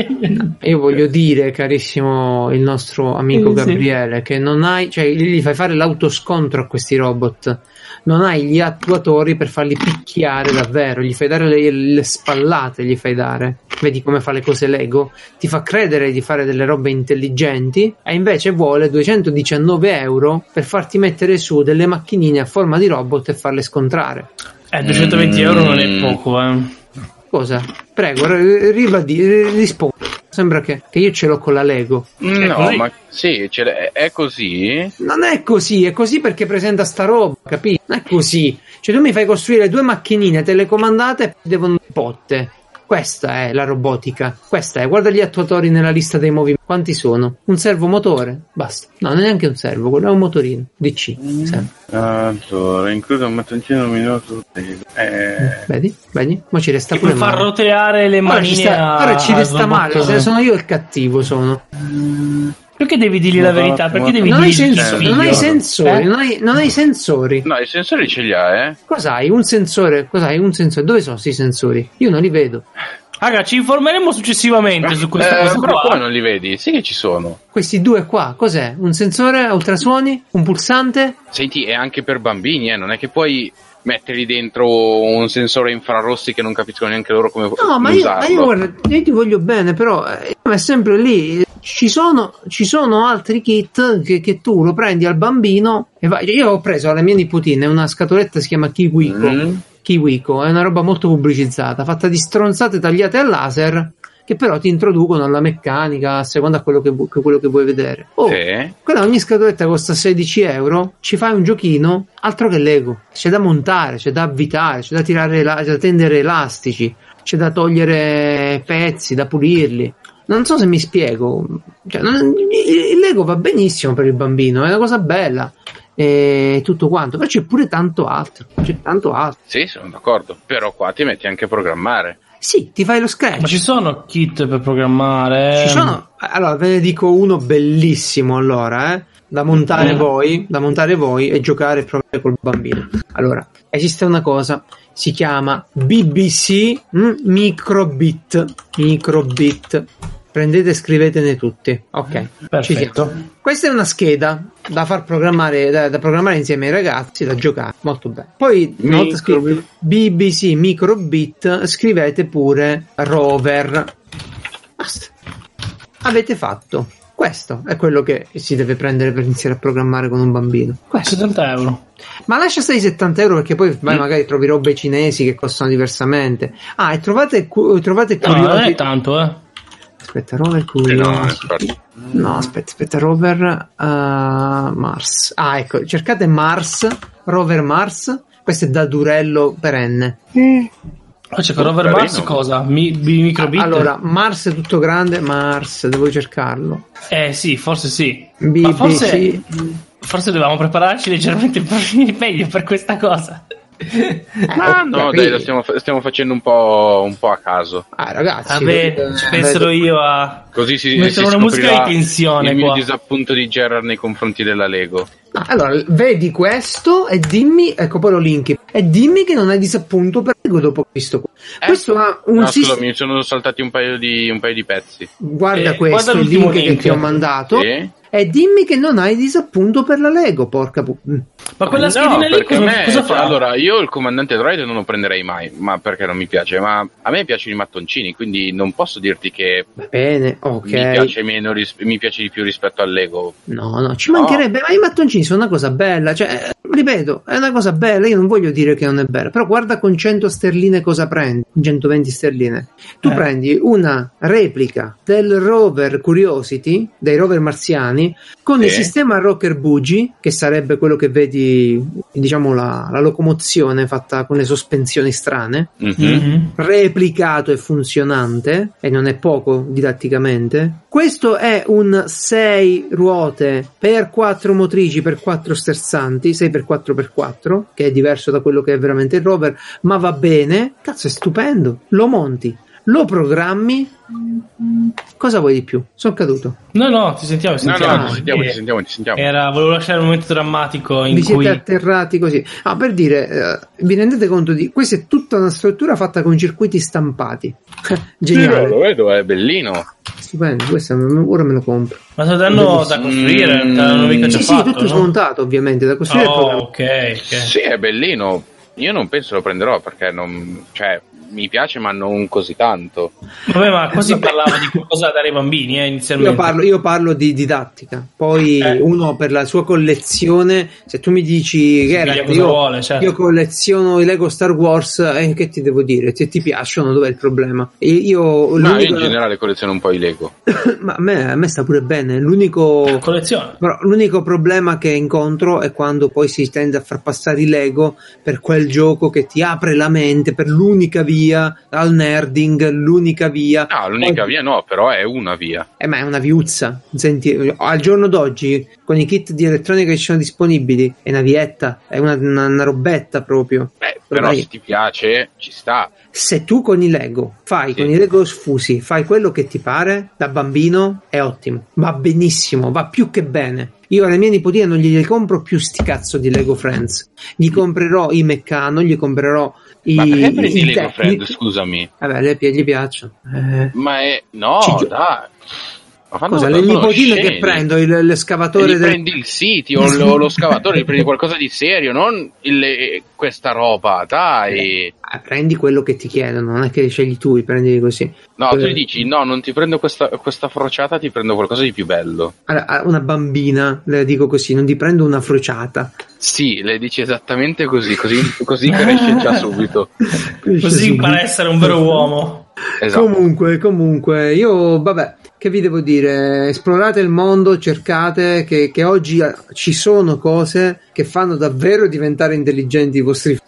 Io voglio dire, carissimo il nostro amico Gabriele, che non hai, cioè gli fai fare l'autoscontro a questi robot. Non hai gli attuatori per farli picchiare davvero, gli fai dare le spallate, gli fai dare. Vedi come fa le cose Lego? Ti fa credere di fare delle robe intelligenti e invece vuole 219 euro per farti mettere su delle macchinine a forma di robot e farle scontrare. 220 euro non è poco, Cosa? Prego, rispondi. Sembra che io ce l'ho con la Lego. No, ma sì, è così? Non è così perché presenta sta roba, capito? Non è così. Cioè tu mi fai costruire 2 macchinine telecomandate e devono botte. Questa è la robotica. Questa è. Guarda gli attuatori nella lista dei movimenti. Quanti sono? Un servomotore? Basta. No, non è neanche un servo, quello è un motorino. DC. Allora, include un mattoncino luminoso. Vedi? Ma ci resta pure male. Far roteare le manine. Ora ci resta male. Se sono io il cattivo, sono. Perché devi dirgli la verità? Perché devi non hai sensori, non hai sensori. No, i sensori ce li ha, Cos'hai? Un sensore? Dove sono questi sensori? Io non li vedo. Raga, ci informeremo successivamente su questa cosa però qua. come non li vedi? Sì che ci sono. Questi due qua, cos'è? Un sensore a ultrasuoni? Un pulsante? Senti, è anche per bambini, non è che puoi metterli dentro un sensore infrarossi che non capiscono neanche loro come usarlo. No, ma io guarda, io ti voglio bene, però è sempre lì. Ci sono altri kit che tu lo prendi al bambino e vai. Io ho preso alla mia nipotina una scatoletta, si chiama Kiwiko, è una roba molto pubblicizzata, fatta di stronzate tagliate al laser, che però ti introducono alla meccanica a seconda di quello che vuoi vedere. Quella ogni scatoletta costa 16 euro, ci fai un giochino, altro che Lego. C'è da montare, c'è da avvitare, c'è da tirare, c'è da tendere elastici, c'è da togliere pezzi, da pulirli. Non so se mi spiego. Cioè, il Lego va benissimo per il bambino, è una cosa bella e tutto quanto, però c'è pure tanto altro. Sì, sono d'accordo, però qua ti metti anche a programmare. Sì, ti fai lo Scratch. Ma ci sono kit per programmare? Ci sono. Allora ve ne dico uno bellissimo, allora, da montare voi e giocare e provare col bambino. Allora, esiste una cosa, si chiama BBC Microbit. Prendete e scrivetene tutti. Ok, perfetto. Questa è una scheda da far programmare, da programmare insieme ai ragazzi, da giocare, molto bene. Poi una volta scrivete BBC Microbit, scrivete pure Rover. Basta. Avete fatto. Questo è quello che si deve prendere per iniziare a programmare con un bambino. Questo. 70 euro. Ma lascia stare i 70 euro, perché poi magari trovi robe cinesi che costano diversamente. E trovate curiosi. No, non è tanto, Aspetta, Rover Curiosity. No, aspetta, Rover Mars. Ecco, cercate Rover Mars. Questo è da durello perenne. C'è per Rover Mars cosa? Microbit? Allora, Mars è tutto grande, devo cercarlo. Sì, forse sì. Ma forse dovevamo prepararci leggermente meglio per questa cosa. No, dai, lo stiamo facendo un po' a caso. Ragazzi, ci penserò io a così si mettere una musica di tensione. Il mio disappunto di Gerard nei confronti della Lego. Allora, vedi questo e dimmi, ecco, poi lo linki, e dimmi che non hai disappunto per Lego dopo che ho visto qua. Questo ha un scusa, mi sono saltati un paio di pezzi. Guarda questo, il link che ti ho mandato. E dimmi che non hai disappunto per la Lego, porca Ma quella schedina lì cosa fa? Allora, io il comandante droid non lo prenderei mai, ma perché non mi piace, ma a me piacciono i mattoncini, quindi non posso dirti che va bene, ok, mi piace meno, mi piace di più rispetto al Lego. No, ci mancherebbe, ma i mattoncini sono una cosa bella, cioè, ripeto, è una cosa bella, io non voglio dire che non è bella, però guarda con 100 sterline cosa prendi, 120 sterline. Tu prendi una replica del rover Curiosity, dei rover marziani, con il sistema rocker buggy, che sarebbe quello che vedi, diciamo la locomozione fatta con le sospensioni strane, replicato e funzionante, e non è poco didatticamente. Questo è un 6 ruote per 4 motrici per 4 stersanti, 6x4x4, che è diverso da quello che è veramente il rover, ma va bene, cazzo, è stupendo, lo monti, lo programmi. Cosa vuoi di più? Sono caduto. No, ti sentiamo. Ti sentiamo. Volevo lasciare un momento drammatico in cui siete cui atterrati così. Per dire, vi rendete conto di questa è tutta una struttura fatta con circuiti stampati. Geniale. Sì, lo vedo, è bellino. Stupendo, questo ora me lo compro. Ma te lo danno da costruire? Non mica già fatto, tutto smontato, ovviamente, da costruire. Ok. Sì, è bellino. Io non penso lo prenderò perché mi piace, ma non così tanto. Vabbè, ma così parlava di qualcosa da dare ai bambini, inizialmente. Io parlo di didattica. Poi uno per la sua collezione, se tu mi dici che io colleziono i Lego Star Wars, che ti devo dire? Se ti piacciono, dov'è il problema? Io in generale colleziono un po' i Lego. Ma a me sta pure bene. L'unico problema che incontro è quando poi si tende a far passare i Lego per quel gioco che ti apre la mente, per l'unica via via al nerding, l'unica via. No, l'unica via no, però è una via. Ma è una viuzza. Senti, al giorno d'oggi, con i kit di elettronica che ci sono disponibili, è una vietta, è una robetta proprio. Però se ti piace, ci sta. Se tu con i Lego con i Lego sfusi, fai quello che ti pare, da bambino, è ottimo. Va benissimo, va più che bene. Io alle mie nipotine non gli compro più sti cazzo di Lego Friends. Gli comprerò i Meccano, gli comprerò ma perché prendi i Lego Friends, scusami? Vabbè, gli piacciono. Ma è... No, dai. Cosa, le nipotine che prendo l'escavatore prendi il City o lo scavatore, prendi qualcosa di serio, non questa roba, dai. Prendi quello che ti chiedono, non è che scegli tu, prendi così. No, tu gli dici no, non ti prendo questa frociata, ti prendo qualcosa di più bello. Allora, una bambina, le dico così, non ti prendo una frociata. Sì, le dici esattamente così cresce già subito. Così impara a essere un vero uomo. Esatto. Comunque, io, vabbè, che vi devo dire? Esplorate il mondo, cercate che oggi ci sono cose che fanno davvero diventare intelligenti i vostri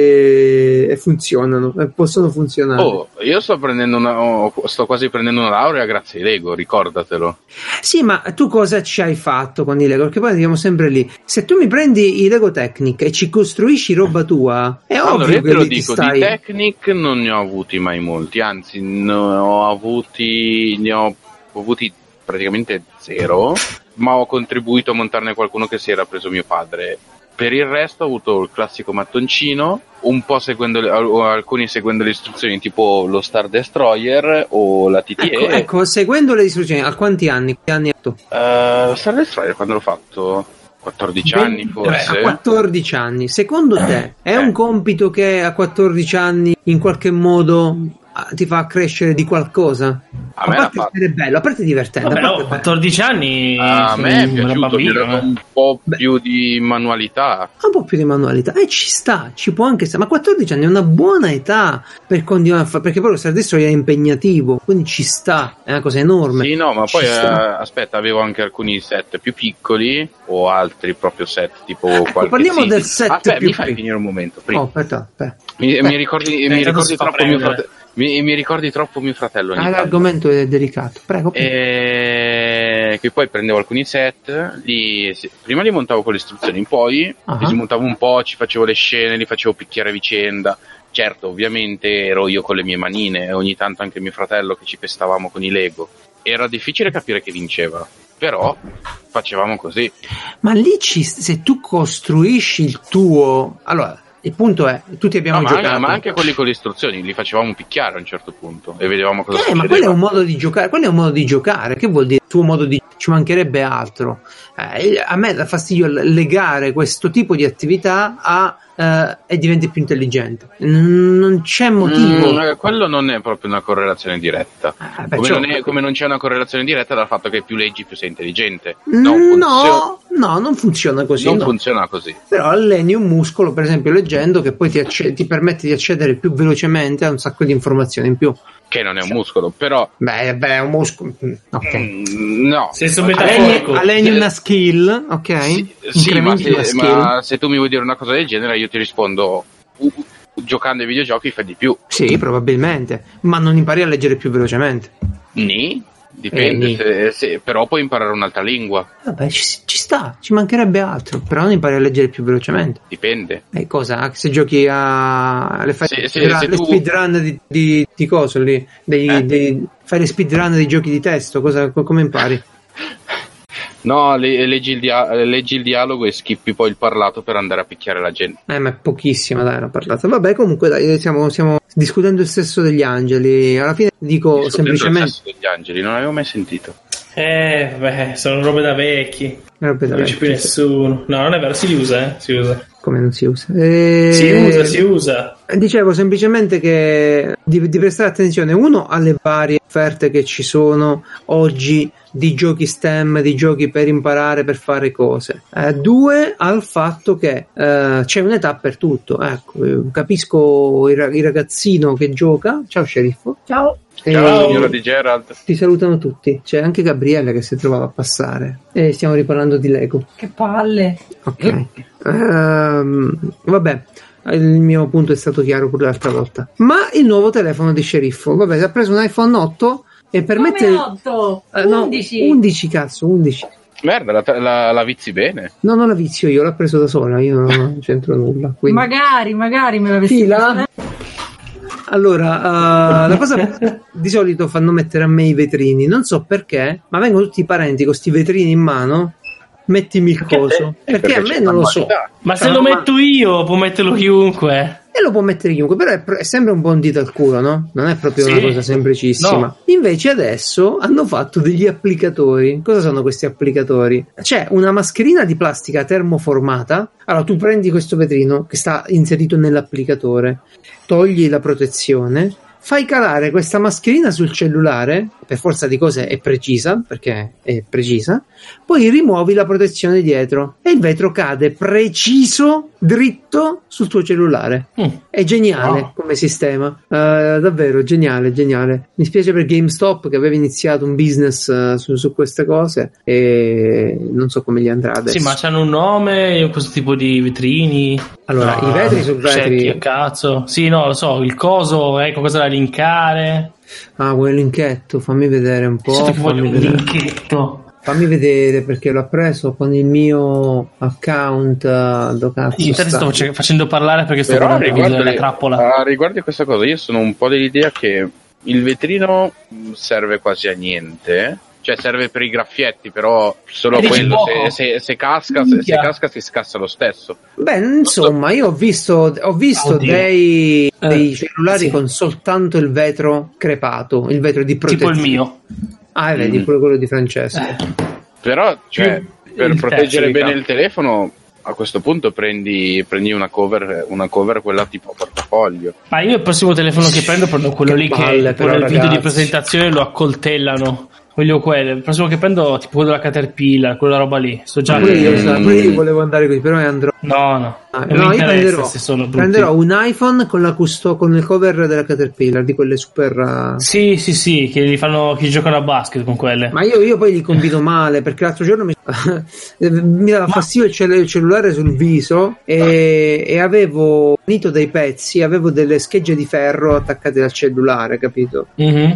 e funzionano, possono funzionare. Io sto quasi prendendo una laurea grazie ai Lego, ricordatelo. Sì, ma tu cosa ci hai fatto con i Lego? Perché poi andiamo sempre lì. Se tu mi prendi i Lego Technic e ci costruisci roba tua, è ovvio io che te lo dico, di Technic non ne ho avuti mai molti, anzi ne ho avuti praticamente zero, ma ho contribuito a montarne qualcuno che si era preso mio padre. Per il resto ho avuto il classico mattoncino, un po' alcuni seguendo le istruzioni, tipo lo Star Destroyer o la TTE. Ecco, seguendo le istruzioni, a quanti anni? Che anni hai fatto? Star Destroyer quando l'ho fatto? 14 anni forse? A 14 anni. Secondo te è un compito che a 14 anni in qualche modo ti fa crescere di qualcosa? A me parte essere bello, a parte divertente. Vabbè, 14 anni a me è piaciuto, un po' più di manualità. Un po' più di manualità, ci sta, ci può anche stare, ma 14 anni è una buona età per continuare a fare, perché poi lo Star Destroyer è impegnativo, quindi ci sta, è una cosa enorme. Sì, no, ma poi aspetta, avevo anche alcuni set più piccoli o altri proprio set tipo parliamo del set più mi fai finire un momento prima. Aspetta. Mi ricordi troppo mio fratello. Mi ricordi troppo mio fratello. L'argomento è delicato, prego. Che poi prendevo alcuni set, prima li montavo con le istruzioni, poi li smontavo un po', ci facevo le scene, li facevo picchiare a vicenda. Certo, ovviamente ero io con le mie manine, e ogni tanto anche mio fratello che ci pestavamo con i Lego. Era difficile capire chi vinceva, però facevamo così. Ma lì se tu costruisci il tuo... Allora, il punto è, tutti abbiamo giocato. Ma anche quelli con le istruzioni li facevamo picchiare a un certo punto e vedevamo cosa succedeva. Ma quello è un modo di giocare. Che vuol dire tuo modo di... Ci mancherebbe altro. A me dà fastidio legare questo tipo di attività e diventi più intelligente. Non c'è motivo. Quello non è proprio una correlazione diretta. Come non c'è una correlazione diretta dal fatto che più leggi più sei intelligente. No, non funziona così. Non funziona così. Però alleni un muscolo, per esempio, leggendo, che poi ti permette di accedere più velocemente a un sacco di informazioni in più. Che non è un muscolo, però... Beh, è un muscolo. Ok. No. Alleni una skill, ok? Sì, ma se tu mi vuoi dire una cosa del genere, io ti rispondo... giocando ai videogiochi fai di più. Sì, probabilmente. Ma non impari a leggere più velocemente. Dipende, però puoi imparare un'altra lingua. Vabbè, ci sta, ci mancherebbe altro, però non impari a leggere più velocemente. Dipende. Cosa? Se giochi le speedrun di cosa lì? Fai le speedrun dei giochi di testo, come impari? No, leggi il dialogo e skippi poi il parlato per andare a picchiare la gente. Ma è pochissima, dai, la parlata. Vabbè, comunque, dai, stiamo discutendo il sesso degli angeli. Alla fine dico semplicemente... Il sesso degli angeli, non avevo mai sentito. Sono robe da vecchi. Non c'è più nessuno. No, non è vero, si usa. Come non si usa? Si usa. Dicevo semplicemente che di prestare attenzione, uno, alle varie offerte che ci sono oggi di giochi STEM, di giochi per imparare, per fare cose. Due, al fatto che c'è un'età per tutto. Ecco, capisco il ragazzino che gioca. Ciao sceriffo. Ciao. Ciao signora di Gerald. Ti salutano tutti. C'è anche Gabriele che si trovava a passare. E stiamo riparlando di Lego. Che palle. Ok. Vabbè. il mio punto è stato chiaro pure l'altra volta. Ma il nuovo telefono di sceriffo, vabbè, ha preso un iPhone 8 e permette... Come 8? 11? No, 11 cazzo, 11. Merda, la vizi bene? No, non la vizio io, l'ho preso da sola, io non c'entro nulla. Quindi... Magari me l'avessi Fila? Allora, la cosa di solito fanno mettere a me i vetrini, non so perché, ma vengono tutti i parenti con sti vetrini in mano. Mettimi il coso, perché a me non lo so. Ma se lo metto io, può metterlo chiunque. E lo può mettere chiunque, però è sempre un po' un dito al culo, no? Non è proprio una cosa semplicissima. No. Invece adesso hanno fatto degli applicatori. Cosa sono questi applicatori? C'è una mascherina di plastica termoformata. Allora tu prendi questo vetrino che sta inserito nell'applicatore, togli la protezione, fai calare questa mascherina sul cellulare, per forza di cose è precisa, perché è precisa, poi rimuovi la protezione dietro e il vetro cade preciso, dritto sul tuo cellulare. È geniale come sistema, davvero geniale. Mi spiace per GameStop che aveva iniziato un business su queste cose e non so come gli andrà adesso. Sì, ma c'hanno un nome questo tipo di vetrini? Allora, i vetri sono vetri. Che cazzo? Sì, no, lo so, il coso è qualcosa da linkare. Ah, vuoi il linketto? Fammi vedere un po'. Fammi vedere perché l'ho preso con il mio account. Io te sto facendo parlare perché sto guardando la trappola. Riguardo a questa cosa, io sono un po' dell'idea che il vetrino serve quasi a niente. Cioè serve per i graffietti, però solo quello. Se casca si scassa lo stesso. Beh, insomma, io ho visto dei cellulari con soltanto il vetro crepato, il vetro di protezione. Tipo il mio. Ah, vedi, pure quello di Francesco. Però, cioè, per proteggere bene il telefono, a questo punto prendi una cover, quella tipo portafoglio. Ma io il prossimo telefono che prendo quello lì che con il video di presentazione lo accoltellano. Voglio quello. Il prossimo che prendo tipo quello della Caterpillar, quella roba lì. Sto già io volevo andare così, però è Android. No. Io prenderò un iPhone con il cover della Caterpillar, di quelle super. Sì, che giocano a basket con quelle. Ma io poi li combino male, perché l'altro giorno mi dava fastidio il cellulare sul viso e avevo unito dei pezzi, avevo delle schegge di ferro attaccate al cellulare, capito?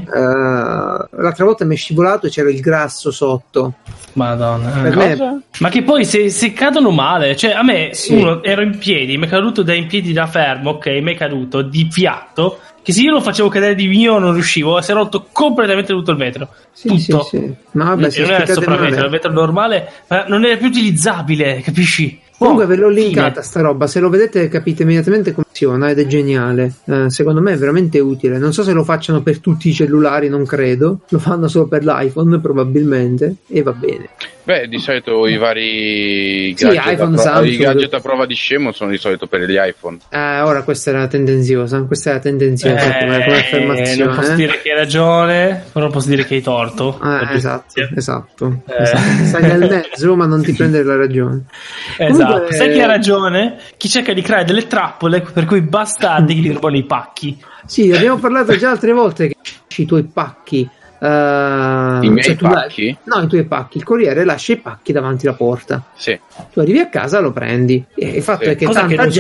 L'altra volta mi è scivolato e c'era il grasso sotto. Madonna. Ma che poi se cadono male, cioè a me uno ero in piedi, mi è caduto da in piedi da fermo, ok, mi è caduto di fiato, che se io lo facevo cadere di mio non riuscivo, si è rotto completamente tutto il vetro. Tutto. Sì. Ma vabbè, non era il sopravvetro, il vetro normale, ma non era più utilizzabile, capisci? Comunque ve l'ho linkata sta roba, se lo vedete capite immediatamente come funziona ed è geniale. Secondo me è veramente utile. Non so se lo facciano per tutti i cellulari, non credo, lo fanno solo per l'iPhone probabilmente e va bene. Beh, di solito i vari gadget a prova di scemo sono di solito per gli iPhone. Ora questa era tendenziosa come affermazione. Non posso dire che hai ragione, però non posso dire che hai torto. Esatto. Stai nel mezzo, ma non ti prendere la ragione. Esatto. Comunque, sai chi ha ragione? Chi cerca di creare delle trappole per quei bastardi che gli rubano i pacchi. Sì, abbiamo parlato già altre volte che i tuoi pacchi. I miei pacchi? No, i tuoi pacchi. Il corriere lascia i pacchi davanti alla porta. Sì. Tu arrivi a casa, lo prendi. E il fatto è che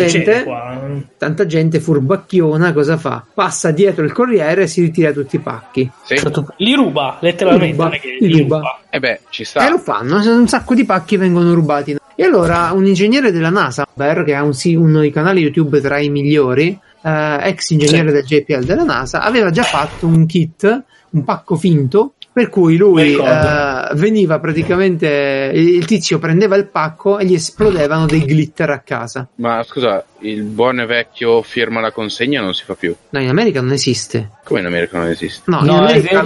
tanta gente furbacchiona cosa fa? Passa dietro il corriere e si ritira tutti i pacchi. Sì. Li ruba, letteralmente. Li ruba. Beh, ci sta. E lo fanno, un sacco di pacchi vengono rubati. E allora un ingegnere della NASA, che ha uno dei canali YouTube tra i migliori, ex ingegnere del JPL della NASA, aveva già fatto un kit, un pacco finto, per cui lui veniva praticamente, il tizio prendeva il pacco e gli esplodevano dei glitter a casa. Ma scusa, il buon e vecchio firma la consegna non si fa più? No, in America non esiste. Come in America non esiste? No, in America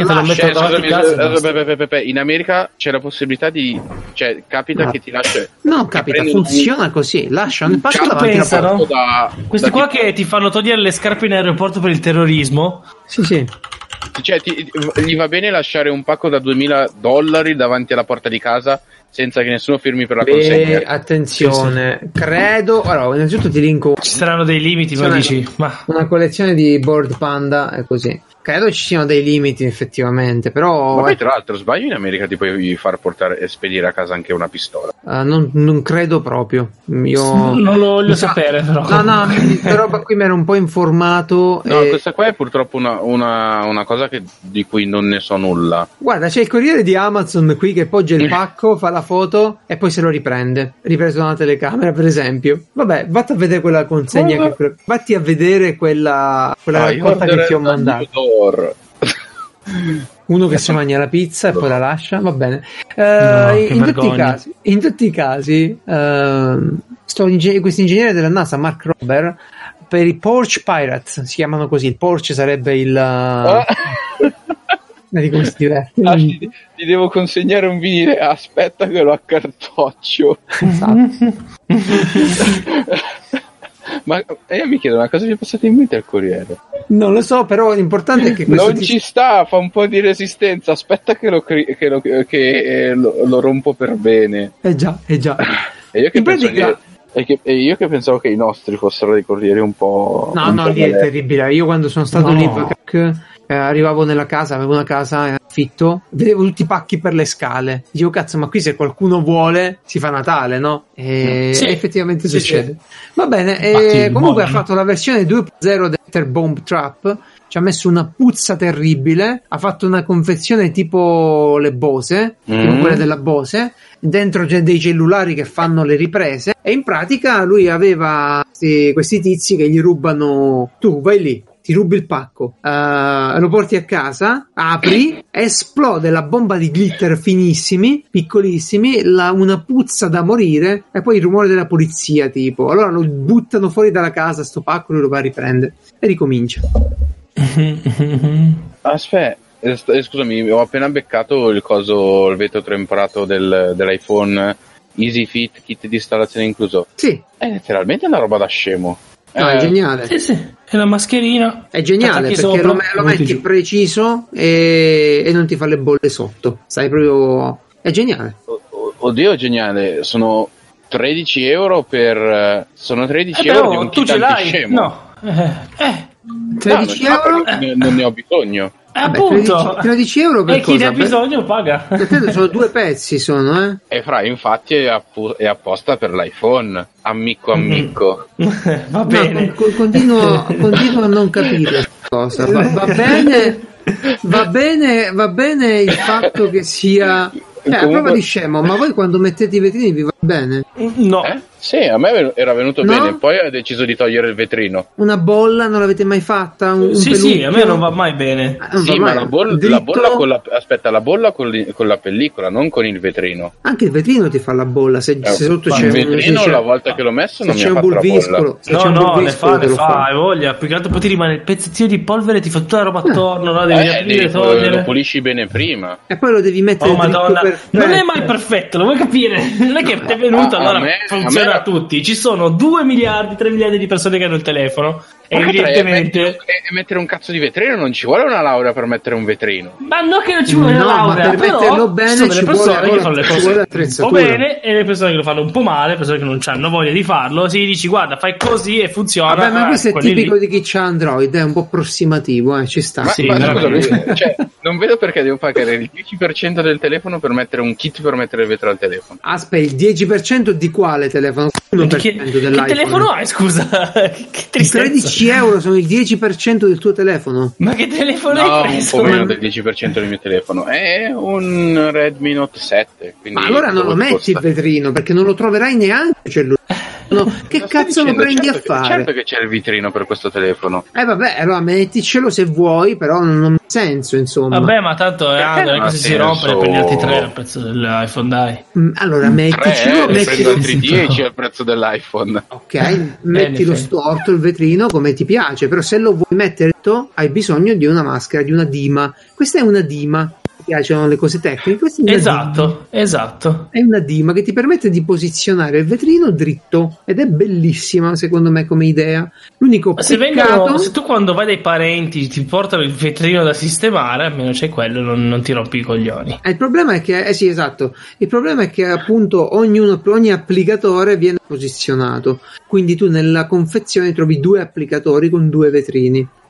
in America c'è la possibilità di, cioè capita che ti lascia. No, capita, funziona così, lasciano il pacco davanti alla porta. Questi qua che ti fanno togliere le scarpe in aeroporto per il terrorismo? Sì. Cioè gli va bene lasciare un pacco da $2.000 davanti alla porta di casa senza che nessuno firmi per la consegna? Attenzione, credo. Allora, innanzitutto ti linko. Ci saranno dei limiti, ma dici? Una collezione di Board Panda è così. Credo ci siano dei limiti effettivamente, però... Ma poi tra l'altro sbaglio, in America ti puoi far portare e spedire a casa anche una pistola. Non credo proprio. Io non lo voglio sapere, però. No, però qui mi ero un po' informato. No, questa qua è purtroppo una cosa di cui non ne so nulla. Guarda, c'è il corriere di Amazon qui che poggia il pacco, fa la foto e poi se lo riprende. Ripreso da una telecamera, per esempio. Vabbè, vatti a vedere quella consegna. Vatti a vedere quella raccolta che ti ho mandato. Uno che si mangia la pizza e poi la lascia, va bene. In tutti i casi questo ingegnere della NASA, Mark Rober, per i Porsche Pirates, si chiamano così, il Porsche sarebbe il vedi come si diverte. Ti devo consegnare un vinile, aspetta che lo accartoccio. Esatto. Ma io mi chiedo, ma cosa vi è passato in mente al Corriere? Non lo so, però l'importante è che questo non ci sta, fa un po' di resistenza, aspetta che lo rompo per bene. Già. E io che pensavo che i nostri fossero dei corrieri un po'... No, lì è terribile. Io quando sono stato lì arrivavo nella casa, avevo una casa in affitto, vedevo tutti i pacchi per le scale, dicevo cazzo, ma qui se qualcuno vuole si fa Natale, no? E effettivamente succede. Va bene, comunque ha fatto la versione 2.0 del Bomb Trap, ci ha messo una puzza terribile, ha fatto una confezione tipo le Bose, tipo quelle della Bose, dentro c'è dei cellulari che fanno le riprese e in pratica lui aveva questi tizi che gli rubano, tu vai lì, ti rubi il pacco, lo porti a casa, apri, esplode la bomba di glitter finissimi, piccolissimi, una puzza da morire e poi il rumore della polizia tipo, allora lo buttano fuori dalla casa sto pacco, lui lo va a riprendere e ricomincia. Aspetta, scusami, ho appena beccato il vetro temperato dell'iPhone Easy Fit, kit di installazione incluso. Sì. È letteralmente una roba da scemo. No, è geniale. Sì, è la mascherina. È geniale perché sopra, lo metti preciso e non ti fa le bolle sotto. Sai proprio. È geniale. Oddio, geniale. Sono 13 euro per. Sono 13 euro di un kit antiscemo. No. 13 euro? Non ne ho bisogno. Appunto 13 euro per e chi ne ha bisogno paga. Sono 2 pezzi E infatti è apposta per l'iPhone, amico. Va bene, continuo a non capire cosa. Va bene il fatto che sia prova di scemo, ma voi quando mettete i vetrini vi va bene? No. Sì, a me era venuto bene, poi ha deciso di togliere il vetrino. Una bolla non l'avete mai fatta? Sì, a me non va mai bene. Ma la bolla con la pellicola, non con il vetrino. Anche il vetrino ti fa la bolla se sotto c'è il vetrino la volta che l'ho messo non mi ha fatto la bolla. No, le fa, hai voglia. Più che altro poi ti rimane il pezzettino di polvere e ti fa tutta la roba attorno, no? Devi aprire e togliere. Lo pulisci bene prima. E poi lo devi mettere non è mai perfetto, lo vuoi capire? Non è che ti è venuto allora funziona a tutti. Ci sono 2 miliardi, 3 miliardi di persone che hanno il telefono. E evidentemente mettere un cazzo di vetrino non ci vuole una laurea per mettere un vetrino. Ma non che non ci vuole una laurea, per metterlo bene ci persone che fanno le cose un po' bene e le persone che lo fanno un po' male, persone che non hanno voglia di farlo, si dici guarda fai così e funziona. Vabbè, ma questo è tipico di chi c'ha Android, è un po' approssimativo, ci sta. Ma scusami, non vedo perché devo pagare il 10% del telefono per mettere un kit per mettere il vetro al telefono. Aspetta, il 10% di quale telefono? Che telefono hai, scusa? Che tristezza. 13 euro sono il 10% del tuo telefono. Ma che telefono hai preso? Un po' meno del 10% del mio telefono. È un Redmi Note 7. Ma allora non lo metti il vetrino, perché non lo troverai neanche il cellulare. Che cazzo lo prendi a fare? Certo che c'è il vetrino per questo telefono. Vabbè, allora metticelo se vuoi, però non ha senso, insomma. Vabbè, ma tanto è Android, così si rompe e prendi altri 3 al prezzo dell'iPhone, dai. Allora metticelo, prendo altri 10 al prezzo dell'iPhone. Ok, mettilo storto il vetrino come ti piace, però se lo vuoi mettere hai bisogno di una maschera, di una dima. Questa è una dima. Ti piacciono le cose tecniche? Esatto. È una dima che ti permette di posizionare il vetrino dritto ed è bellissima secondo me come idea. L'unico peccato, se tu quando vai dai parenti ti portano il vetrino da sistemare, almeno c'è quello, non ti rompi i coglioni. Il problema è che sì, esatto. Il problema è che appunto ogni applicatore viene posizionato, quindi tu nella confezione trovi 2 applicatori con 2 vetrini.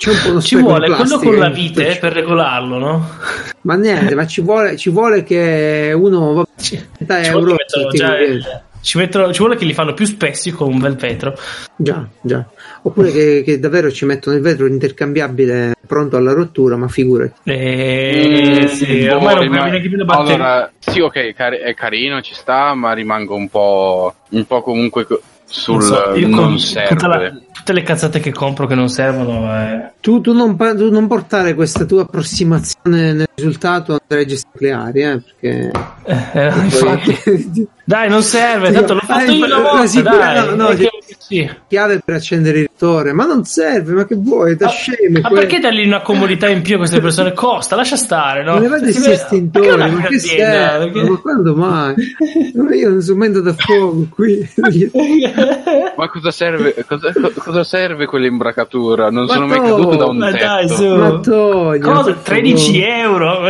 c'è un po' uno ci vuole quello con la vite per regolarlo, no? Ma niente, ma ci vuole che uno ci vuole che li fanno più spessi con un bel vetro. Già. Oppure che davvero ci mettono il vetro intercambiabile pronto alla rottura, ma figurati. Sì, ormai non neanche più le batterie. Allora, sì, ok, è carino, ci sta, ma rimango un po' comunque sul non serve. Tutte le cazzate che compro che non servono. Tu non portare questa tua approssimazione nel risultato alle registri nucleari, perché infatti. Dai, non serve, tanto l'ho fatto io una volta, dai. Chiave per accendere il lettore, ma non serve, ma che vuoi, da scemo. Ma perché dargli una comodità in più a queste persone? Costa, lascia stare, no? Ma levate questi estintori, ma che serve? Ma quando mai? Io non sono mai da fuoco qui. Ma cosa serve? Cosa serve quell'imbracatura? Non sono mai caduto da un tetto. Dai, su. Ma cosa? 13 euro?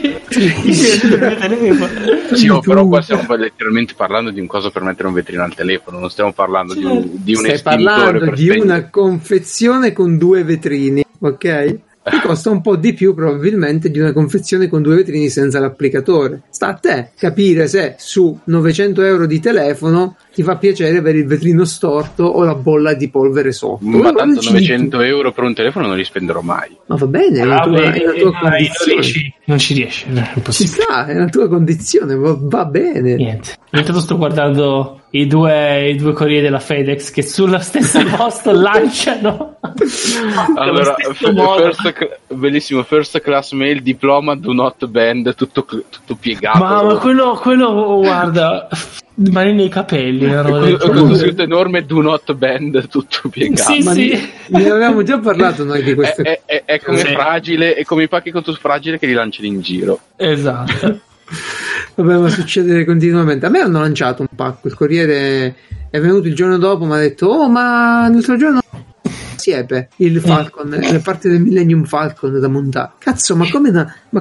Sì, però qua stiamo letteralmente parlando di un coso per mettere un vetrino al telefono, non stiamo parlando di un Stai parlando di una confezione con 2 vetrini, ok? Ti costa un po' di più probabilmente di una confezione con 2 vetrini senza l'applicatore. Sta a te capire se su 900 euro di telefono ti fa piacere avere il vetrino storto o la bolla di polvere sotto. Ma tanto 900 euro per un telefono non li spenderò mai. Ma va bene, è la tua condizione. Non ci riesci, ci sta, è la tua condizione, va bene. Niente. Intanto sto guardando i due corrieri della FedEx che sullo stesso posto lanciano. Allora, bellissimo, first class mail, diploma, do not bend, tutto piegato. Ma quello guarda, mani nei capelli. Con scritto enorme, do not bend, tutto piegato. Sì. Ne avevamo già parlato noi di questo. È come fragile, è come i pacchi con tu fragile che li lanciano in giro. Esatto. Vabbè, ma succede continuamente. A me hanno lanciato un pacco, il corriere è venuto il giorno dopo, mi ha detto ma l'altro giorno siepe il Falcon, le parti del Millennium Falcon da montare. Cazzo, ma come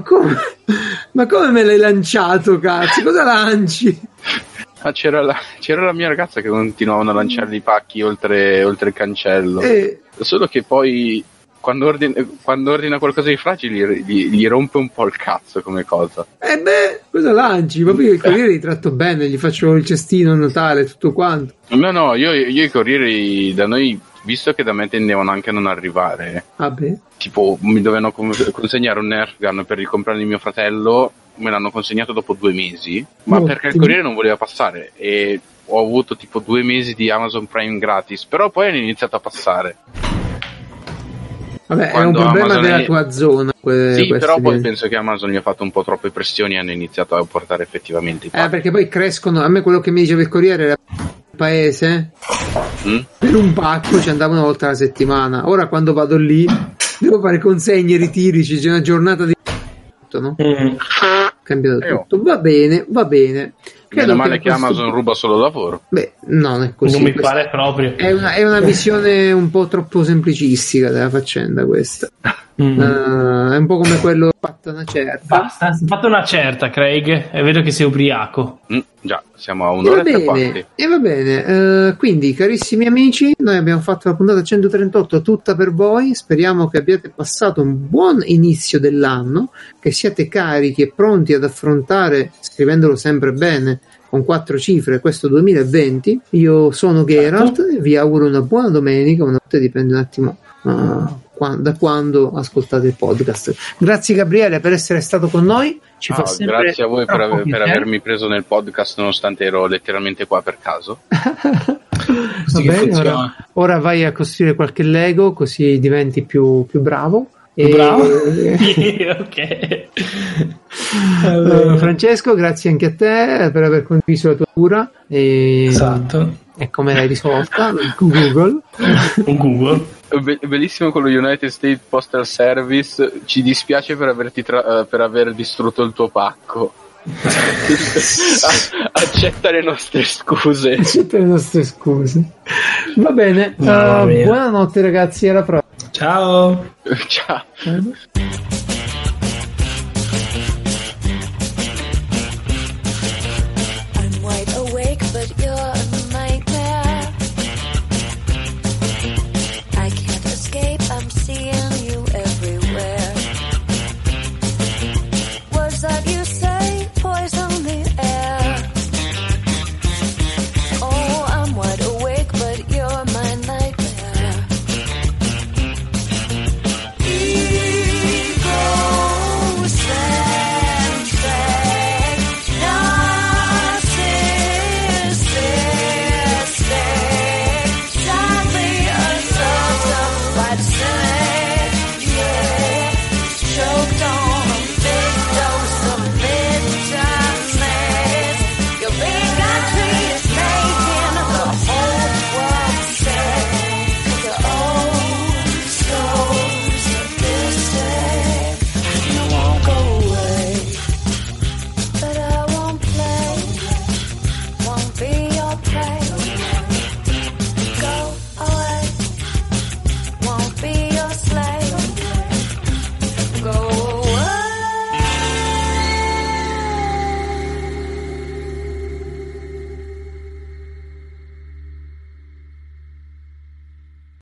me l'hai lanciato, cazzo? Cosa lanci? C'era la mia ragazza che continuavano a lanciare i pacchi oltre il cancello. Solo che poi quando ordina qualcosa di fragile gli rompe un po' il cazzo come cosa. Cosa lanci? Ma poi il corriere li tratto bene, gli faccio il cestino a Natale, tutto quanto. No, io i corrieri da noi, visto che da me tendevano anche a non arrivare, tipo mi dovevano consegnare un Nerf Gun per ricomprare il mio fratello, me l'hanno consegnato dopo 2 mesi, ma perché il corriere non voleva passare e ho avuto tipo 2 mesi di Amazon Prime gratis, però poi hanno iniziato a passare. Vabbè, è un problema della tua zona. Sì, però poi penso che Amazon gli ha fatto un po' troppe pressioni e hanno iniziato a portare effettivamente i pacchi. Perché poi crescono. A me quello che mi diceva il corriere era paese. Per un pacco ci andavo una volta alla settimana. Ora quando vado lì devo fare consegne, ritiri, c'è una giornata di no? Cambiato tutto. Va bene. Meno male che Amazon ruba solo lavoro. Non è così. Non mi pare proprio. È una visione un po' troppo semplicistica della faccenda questa. È un po' come quello fatto una certa. Basta, fatto una certa, Craig. E vedo che sei ubriaco. Già, siamo a un'ora e 4. E va bene. Quindi, carissimi amici, noi abbiamo fatto la puntata 138 tutta per voi. Speriamo che abbiate passato un buon inizio dell'anno, che siate carichi e pronti ad affrontare, scrivendolo sempre bene, con 4 cifre, questo 2020. Io sono Geralt e vi auguro una buona domenica, una volta dipende un attimo da quando ascoltate il podcast. Grazie Gabriele per essere stato con noi. Grazie a voi per avermi preso nel podcast nonostante ero letteralmente qua per caso. Va bene, ora vai a costruire qualche Lego così diventi più bravo. Ok. Francesco, grazie anche a te per aver condiviso la tua cura esatto. E come l'hai risolta con Google. Bellissimo con lo United States Postal Service. Ci dispiace per aver distrutto il tuo pacco. Accetta le nostre scuse. Va bene, buonanotte ragazzi, alla prossima. Ciao. I'm wide awake, but you're